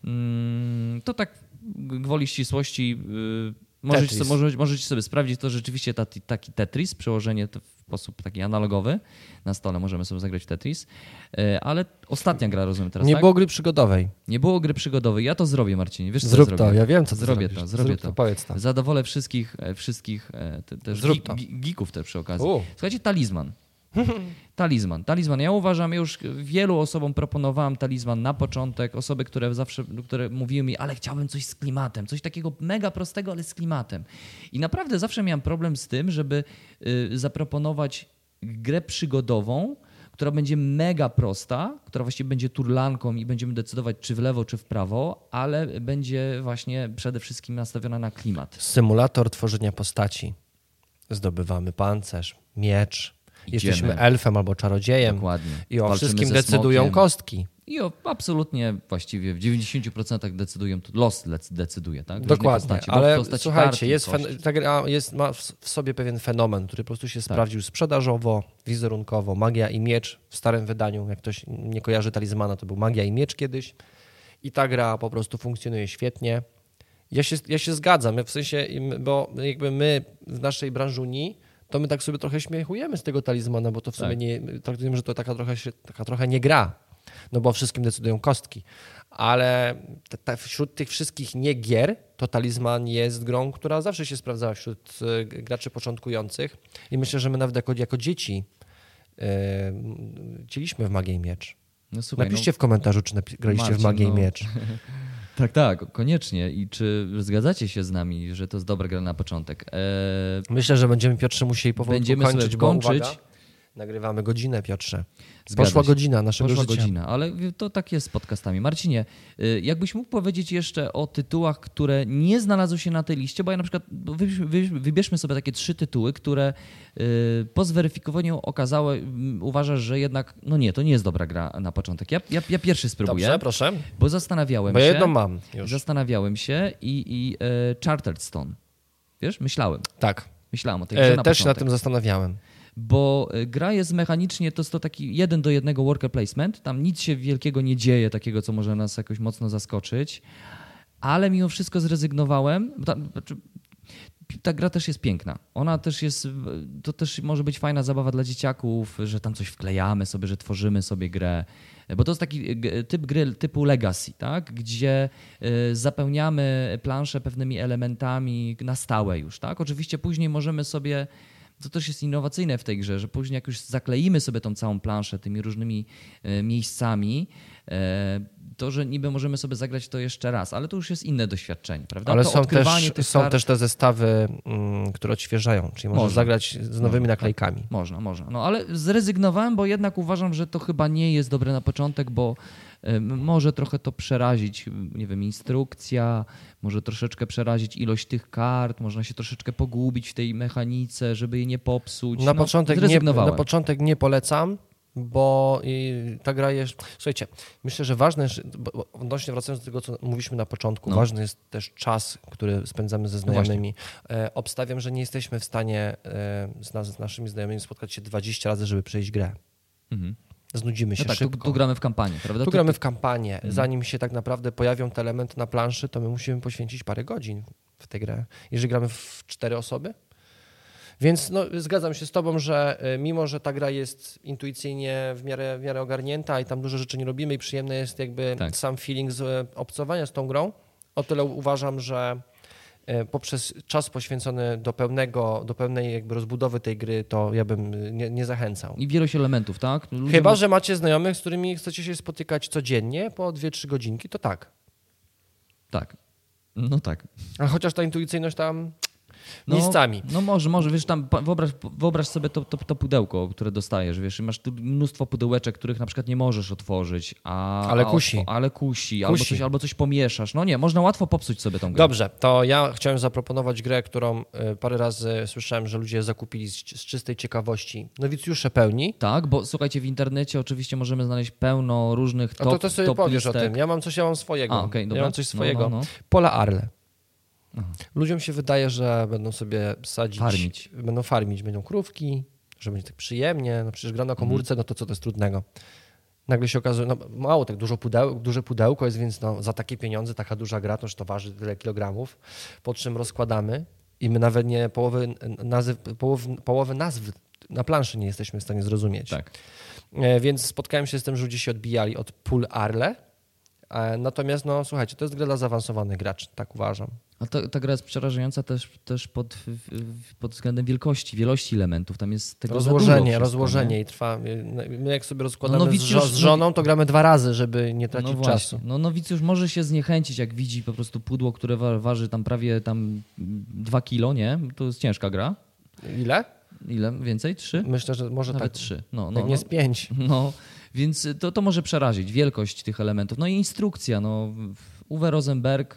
mm, to tak gwoli ścisłości e, możecie, Tetris. so, może, możecie sobie sprawdzić, to rzeczywiście taki, taki Tetris, przełożenie to w sposób taki analogowy. Na stole możemy sobie zagrać w Tetris. E, ale ostatnia gra, rozumiem teraz, Nie tak? było gry przygodowej. Nie było gry przygodowej. Ja to zrobię, Marcin. Wiesz, co Zrób ja to, zrobię? ja wiem, co ty Zrobię zrobisz. to, zrobię Zrób to. Powiedz to. Zadowolę wszystkich, e, wszystkich e, te, też Zrób gi- to. gi- geeków też przy okazji. U. Słuchajcie, talizman. Talizman. Talizman. Ja uważam, ja już wielu osobom proponowałem talizman na początek. Osoby, które zawsze które mówiły mi, ale chciałbym coś z klimatem. Coś takiego mega prostego, ale z klimatem. I naprawdę zawsze miałem problem z tym, żeby y, zaproponować grę przygodową, która będzie mega prosta, która właściwie będzie turlanką i będziemy decydować, czy w lewo, czy w prawo, ale będzie właśnie przede wszystkim nastawiona na klimat. Symulator tworzenia postaci. Zdobywamy pancerz, miecz. Idziemy. Jesteśmy elfem albo czarodziejem. Dokładnie. I o Walczymy wszystkim ze decydują smokiem. kostki. I o, absolutnie właściwie w dziewięćdziesięciu procentach decydują, los lec- decyduje, tak? Różne Dokładnie, postacie, bo ale postaci słuchajcie, karty, jest kości. fen, ta gra jest, ma w w sobie pewien fenomen, który po prostu się sprawdził sprzedażowo, wizerunkowo. Magia i miecz w starym wydaniu, jak ktoś nie kojarzy talizmana, to był Magia i miecz kiedyś. I ta gra po prostu funkcjonuje świetnie. Ja się, ja się zgadzam, w sensie, bo jakby my w naszej branżuni, to my tak sobie trochę śmiechujemy z tego talizmana, bo to w sumie Tak. nie, traktujemy, że to taka trochę, się, taka trochę nie gra, no bo o wszystkim decydują kostki. Ale te, te, wśród tych wszystkich nie gier, to talizman jest grą, która zawsze się sprawdzała wśród y, graczy początkujących i myślę, że my nawet jako, jako dzieci y, chcieliśmy w Magię i Miecz. No, słuchaj, Napiszcie no, w komentarzu, czy napi- graliście Marcin, w Magię no, i Miecz. Tak, tak, koniecznie. I czy zgadzacie się z nami, że to jest dobra gra na początek? Eee, Myślę, że będziemy, Piotrze, musieli powoli Będziemy kończyć, sobie bo kończyć. uwaga, nagrywamy godzinę, Piotrze. Zgadza Poszła się. godzina naszego Poszła życia. godzina, ale to tak jest z podcastami. Marcinie, y, jakbyś mógł powiedzieć jeszcze o tytułach, które nie znalazły się na tej liście, bo ja na przykład wybierz, wybierz, wybierzmy sobie takie trzy tytuły, które y, po zweryfikowaniu okazały, y, uważasz, że jednak, no nie, to nie jest dobra gra na początek. Ja, ja, ja pierwszy spróbuję, Dobrze, proszę. bo zastanawiałem Bo się. ja jedną mam już. Zastanawiałem się i, i y, Chartered Stone. Wiesz, myślałem. Tak. Myślałem o tej grze E, na też się początek. nad tym zastanawiałem. Bo gra jest mechanicznie, to jest to taki jeden do jednego worker placement, tam nic się wielkiego nie dzieje, takiego, co może nas jakoś mocno zaskoczyć, ale mimo wszystko zrezygnowałem. Ta, znaczy, ta gra też jest piękna. Ona też jest, to też może być fajna zabawa dla dzieciaków, że tam coś wklejamy sobie, że tworzymy sobie grę. Bo to jest taki typ gry typu Legacy, tak? Gdzie zapełniamy planszę pewnymi elementami na stałe już. Tak? Oczywiście później możemy sobie, to też jest innowacyjne w tej grze, że później jak już zakleimy sobie tą całą planszę tymi różnymi miejscami, to, że niby możemy sobie zagrać to jeszcze raz, ale to już jest inne doświadczenie, prawda? Ale to są, też, są kart... też te zestawy, mm, które odświeżają, czyli można, można zagrać z nowymi można, naklejkami. Tak, można, można. No ale zrezygnowałem, bo jednak uważam, że to chyba nie jest dobre na początek, bo może trochę to przerazić, nie wiem, instrukcja, może troszeczkę przerazić ilość tych kart, można się troszeczkę pogubić w tej mechanice, żeby je nie popsuć. Na, no, początek, nie, na początek nie polecam, bo ta gra jest... Słuchajcie, myślę, że ważne jest, odnośnie wracając do tego, co mówiliśmy na początku, no. ważny jest też czas, który spędzamy ze znajomymi. No Obstawiam, że nie jesteśmy w stanie z, nas, z naszymi znajomymi spotkać się dwadzieścia razy, żeby przejść grę. Mhm. Znudzimy się no tak, szybko. Tu, tu gramy w kampanię, prawda? Tu gramy w kampanię. Mhm. Zanim się tak naprawdę pojawią te elementy na planszy, to my musimy poświęcić parę godzin w tę grę. Jeżeli gramy w cztery osoby. Więc no, zgadzam się z tobą, że mimo, że ta gra jest intuicyjnie w miarę, w miarę ogarnięta i tam dużo rzeczy nie robimy i przyjemny jest jakby tak. sam feeling z obcowania z tą grą, o tyle uważam, że poprzez czas poświęcony do pełnego, do pełnej jakby rozbudowy tej gry, to ja bym nie, nie zachęcał. I wielość elementów, tak? Ludzie Chyba, że macie znajomych, z którymi chcecie się spotykać codziennie po dwie trzy godzinki, to tak. Tak. No tak. A chociaż ta intuicyjność tam no, miejscami. No może, może, wiesz, tam wyobraź, wyobraź sobie to, to, to pudełko, które dostajesz, wiesz, masz tu mnóstwo pudełeczek, których na przykład nie możesz otworzyć, a, ale kusi. A, ale kusi, kusi. Albo, coś, albo coś pomieszasz. No nie, można łatwo popsuć sobie tą grę. Dobrze, to ja chciałem zaproponować grę, którą parę razy słyszałem, że ludzie zakupili z, z czystej ciekawości. Nowicjusze pełni. Tak, bo słuchajcie, w internecie oczywiście możemy znaleźć pełno różnych top, a to, to sobie top powiesz listek. o tym. Ja mam coś, ja mam swojego. A, okay, dobra. Ja mam coś swojego. No, no, no. Pola Arle. Aha. Ludziom się wydaje, że będą sobie sadzić, farmić. będą farmić, będą krówki, że będzie tak przyjemnie, no przecież gra na komórce, mm. no to co to jest trudnego. Nagle się okazuje, no mało tak dużo pudeł, duże pudełko jest, więc no, za takie pieniądze taka duża gra, to już to waży tyle kilogramów, po czym rozkładamy i my nawet nie połowy nazw, połowy, połowy nazw na planszy nie jesteśmy w stanie zrozumieć. Tak. E, więc spotkałem się z tym, że ludzie się odbijali od pól Arle, e, natomiast no słuchajcie, to jest gra dla zaawansowanych graczy, tak uważam. A ta, ta gra jest przerażająca też, też pod, pod względem wielkości, wielości elementów. Tam jest tego rozłożenie, za rozłożenie nie? i trwa. My jak sobie rozkładamy no, z, z żoną, to gramy dwa razy, żeby nie tracić no czasu. No nowicjusz może się zniechęcić, jak widzi po prostu pudło, które wa- waży tam prawie tam dwa kilo, nie? To jest ciężka gra. Ile? Ile? Więcej? Trzy? Myślę, że może nawet tak. trzy. No, no, jak nie z pięć. No, więc to, to może przerazić wielkość tych elementów. No i instrukcja. No, Uwe Rosenberg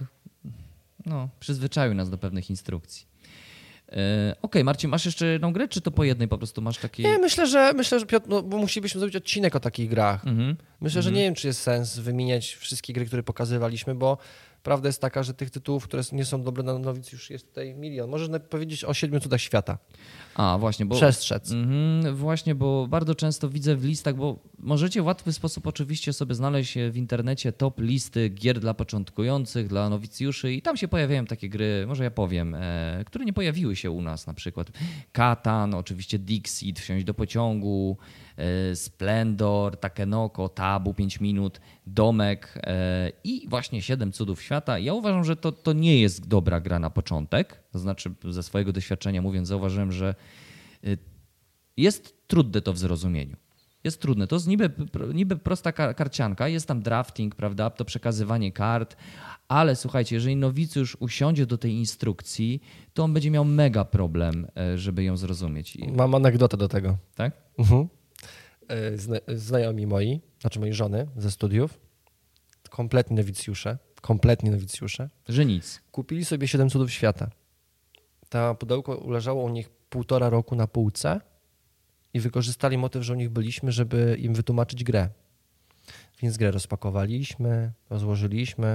no, przyzwyczaił nas do pewnych instrukcji. Yy, Okej, okay, Marcin, masz jeszcze jedną grę, czy to po jednej po prostu masz takiej... Nie, myślę, że myślę, że Piotr, no, bo musielibyśmy zrobić odcinek o takich grach. Mm-hmm. Myślę, mm-hmm. że nie wiem, czy jest sens wymieniać wszystkie gry, które pokazywaliśmy, bo prawda jest taka, że tych tytułów, które nie są dobre na nowicjusz, już jest tutaj milion. Możesz powiedzieć o siedmiu cudach świata. A, właśnie, bo... Przestrzec. Mm, właśnie, bo bardzo często widzę w listach, bo możecie w łatwy sposób oczywiście sobie znaleźć w internecie top listy gier dla początkujących, dla nowicjuszy i tam się pojawiają takie gry, może ja powiem, e, które nie pojawiły się u nas, na przykład Katan, oczywiście Dixit, Wsiąść do pociągu, e, Splendor, Takenoko, Tabu, pięć minut, Domek e, i właśnie siedem cudów świata. Ja uważam, że to, to nie jest dobra gra na początek, to znaczy ze swojego doświadczenia mówiąc, zauważyłem, że jest trudne to w zrozumieniu. Jest trudne. To jest niby, niby prosta karcianka, jest tam drafting, prawda, to przekazywanie kart, ale słuchajcie, jeżeli nowicjusz usiądzie do tej instrukcji, to on będzie miał mega problem, żeby ją zrozumieć. Mam anegdotę do tego. Tak? Mhm. Zna, znajomi moi, znaczy mojej żony ze studiów, kompletni nowicjusze, kompletni nowicjusze, że nic. Kupili sobie siedem cudów świata. Ta pudełko leżało u nich półtora roku na półce i wykorzystali motyw, że u nich byliśmy, żeby im wytłumaczyć grę. Więc grę rozpakowaliśmy, rozłożyliśmy.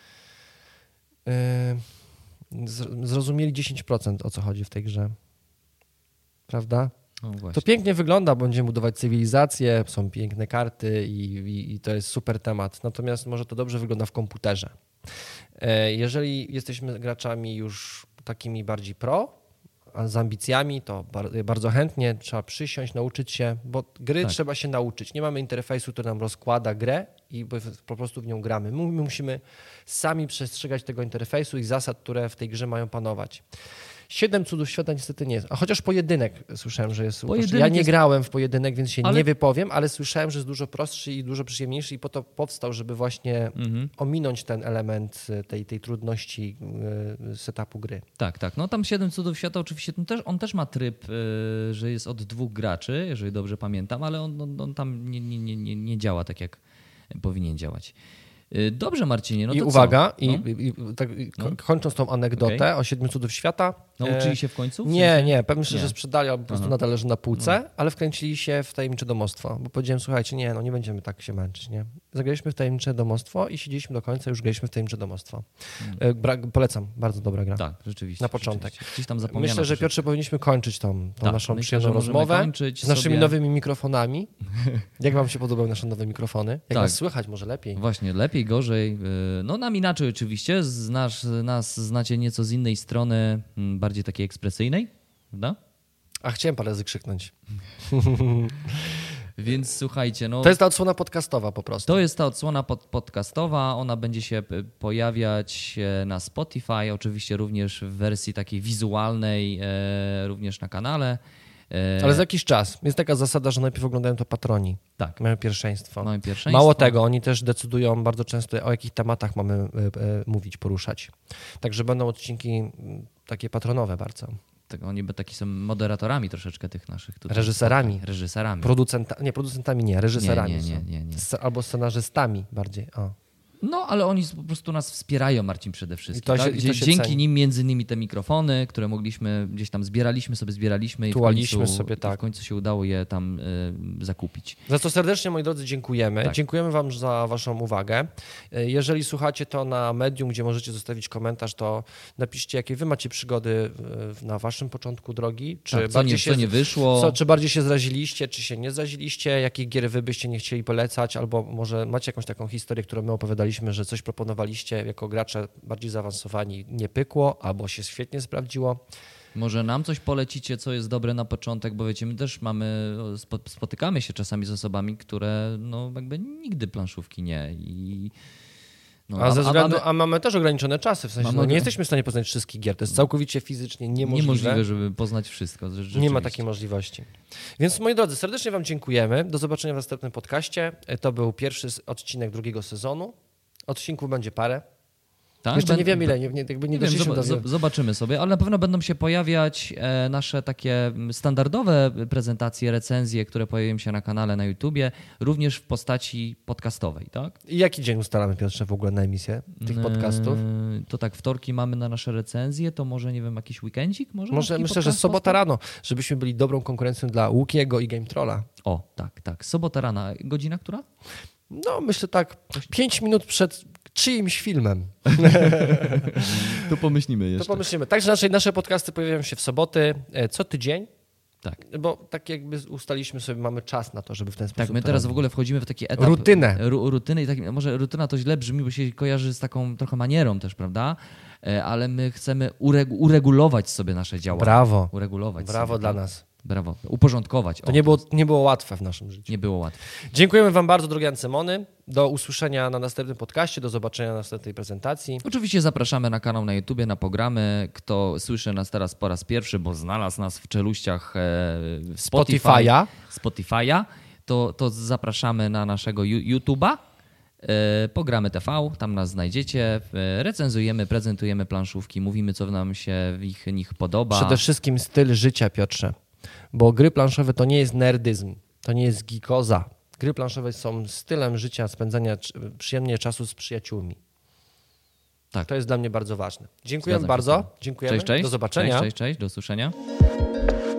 Zrozumieli dziesięć procent, o co chodzi w tej grze. Prawda? No to pięknie wygląda, bo będziemy budować cywilizację, są piękne karty i, i, i to jest super temat. Natomiast może to dobrze wygląda w komputerze. Jeżeli jesteśmy graczami już takimi bardziej pro, a z ambicjami, to bardzo chętnie trzeba przysiąść, nauczyć się, bo gry tak. trzeba się nauczyć. Nie mamy interfejsu, który nam rozkłada grę i po prostu w nią gramy. My musimy sami przestrzegać tego interfejsu i zasad, które w tej grze mają panować. Siedem cudów świata niestety nie jest. A chociaż pojedynek słyszałem, że jest. Ja nie jest... grałem w pojedynek, więc się ale... nie wypowiem, ale słyszałem, że jest dużo prostszy i dużo przyjemniejszy i po to powstał, żeby właśnie mhm. ominąć ten element tej, tej trudności setupu gry. Tak, tak. No tam siedem cudów świata oczywiście on też, on też ma tryb, że jest od dwóch graczy, jeżeli dobrze pamiętam, ale on, on, on tam nie, nie, nie, nie działa tak, jak powinien działać. Dobrze, Marcinie. No I to uwaga, co? i, no. i, i tak, no. kończąc tą anegdotę okay. o siedmiu cudów świata. Nauczyli się w końcu? W nie, sensie? nie. Pewnie, że sprzedali, albo po prostu Aha. nadal leży na półce, no. ale wkręcili się w tajemnicze domostwo. Bo powiedziałem, słuchajcie, nie, no nie będziemy tak się męczyć. Nie? Zagraliśmy w tajemnicze domostwo i siedzieliśmy do końca, już graliśmy w tajemnicze domostwo. Hmm. Bra- polecam, bardzo dobra gra. Tak, rzeczywiście. Na początek. Gdzieś tam zapomniano. Myślę, że Piotrze powinniśmy kończyć tą, tą tak, naszą myślę, przyjemną rozmowę z naszymi sobie... nowymi mikrofonami. Jak wam się podobały nasze nowe mikrofony? Jak tak. nas słychać? Może lepiej? Właśnie, lepiej, gorzej. No nam inaczej oczywiście. Znasz, nas znacie nieco z innej strony, bardziej takiej ekspresyjnej, prawda? A chciałem parę razy krzyknąć. Więc słuchajcie, no... To jest ta odsłona podcastowa po prostu. To jest ta odsłona pod, podcastowa. Ona będzie się pojawiać na Spotify, oczywiście również w wersji takiej wizualnej, e, również na kanale. E... Ale za jakiś czas. Jest taka zasada, że najpierw oglądają to patroni. Tak. Mają pierwszeństwo. Mają pierwszeństwo. Mało tego, oni też decydują bardzo często, o jakich tematach mamy e, e, mówić, poruszać. Także będą odcinki takie patronowe bardzo. Tak, oni by taki są moderatorami troszeczkę tych naszych tutaj. Reżyserami. Spotkań. Reżyserami. Producenta, nie, producentami nie, reżyserami. Nie, nie, nie, nie, nie. Albo scenarzystami bardziej. O. No, ale oni po prostu nas wspierają, Marcin, przede wszystkim. I to się, tak? i to się Dzięki ceni. nim między innymi te mikrofony, które mogliśmy gdzieś tam zbieraliśmy sobie, zbieraliśmy i w końcu, sobie, tak. i w końcu się udało je tam y, zakupić. Za co serdecznie, moi drodzy, dziękujemy. Tak. Dziękujemy wam za waszą uwagę. Jeżeli słuchacie to na Medium, gdzie możecie zostawić komentarz, to napiszcie, jakie wy macie przygody na waszym początku drogi. Czy tak, co, bardziej nie, się, co nie wyszło. Co, czy bardziej się zraziliście, czy się nie zraziliście, jakich gier wy byście nie chcieli polecać, albo może macie jakąś taką historię, którą my opowiadaliśmy, że coś proponowaliście jako gracze bardziej zaawansowani, nie pykło, albo się świetnie sprawdziło. Może nam coś polecicie, co jest dobre na początek, bo wiecie, my też mamy, spotykamy się czasami z osobami, które no jakby nigdy planszówki nie i... No, a, ze względu, a, mamy, a mamy też ograniczone czasy, w sensie mamy, no, nie jesteśmy w stanie poznać wszystkich gier, to jest całkowicie fizycznie niemożliwe. Niemożliwe, żeby poznać wszystko. Nie ma takiej możliwości. Więc moi drodzy, serdecznie wam dziękujemy, do zobaczenia w następnym podcaście. To był pierwszy odcinek drugiego sezonu. Odcinków będzie parę. Tak? Jeszcze nie wiem ile, nie, nie, jakby nie, nie doszliśmy wiem, do... Zobaczymy sobie, ale na pewno będą się pojawiać nasze takie standardowe prezentacje, recenzje, które pojawią się na kanale na YouTubie, również w postaci podcastowej, tak? I jaki dzień ustalamy, Piotrze, w ogóle na emisję tych podcastów? To tak, wtorki mamy na nasze recenzje, to może, nie wiem, jakiś weekendzik? Może, może myślę, że sobota rano, żebyśmy byli dobrą konkurencją dla Łukiego i Game Trolla. O, tak, tak. Sobota rana. Godzina która? No, myślę tak, pięć minut przed czyimś filmem. To pomyślimy jeszcze. To pomyślimy. Także nasze, nasze podcasty pojawiają się w soboty co tydzień. Tak. Bo tak jakby ustaliliśmy sobie, mamy czas na to, żeby w ten sposób. Tak, my teraz w ogóle wchodzimy w taki etap. Rutynę. Ru, rutyny i tak, może rutyna to źle brzmi, bo się kojarzy z taką trochę manierą też, prawda? Ale my chcemy uregu- uregulować sobie nasze działania. Brawo. Uregulować Brawo sobie, dla tak? nas. Brawo. Uporządkować. To o, nie, było, nie było łatwe w naszym życiu. Nie było łatwe. Dziękujemy wam bardzo, drogie Ancemony. Do usłyszenia na następnym podcaście, do zobaczenia na następnej prezentacji. Oczywiście zapraszamy na kanał na YouTubie, na programy. Kto słyszy nas teraz po raz pierwszy, bo znalazł nas w czeluściach Spotify, Spotify'a. Spotify'a, to, to zapraszamy na naszego YouTube'a. Pogramy T V, tam nas znajdziecie, recenzujemy, prezentujemy planszówki, mówimy, co nam się w ich nich podoba. Przede wszystkim styl życia, Piotrze, bo gry planszowe to nie jest nerdyzm, to nie jest geekoza. Gry planszowe są stylem życia, spędzania przyjemnie czasu z przyjaciółmi. Tak. To jest dla mnie bardzo ważne. Dziękuję bardzo. Dziękujemy. Cześć, cześć. Do zobaczenia. Cześć, cześć, cześć. Do usłyszenia.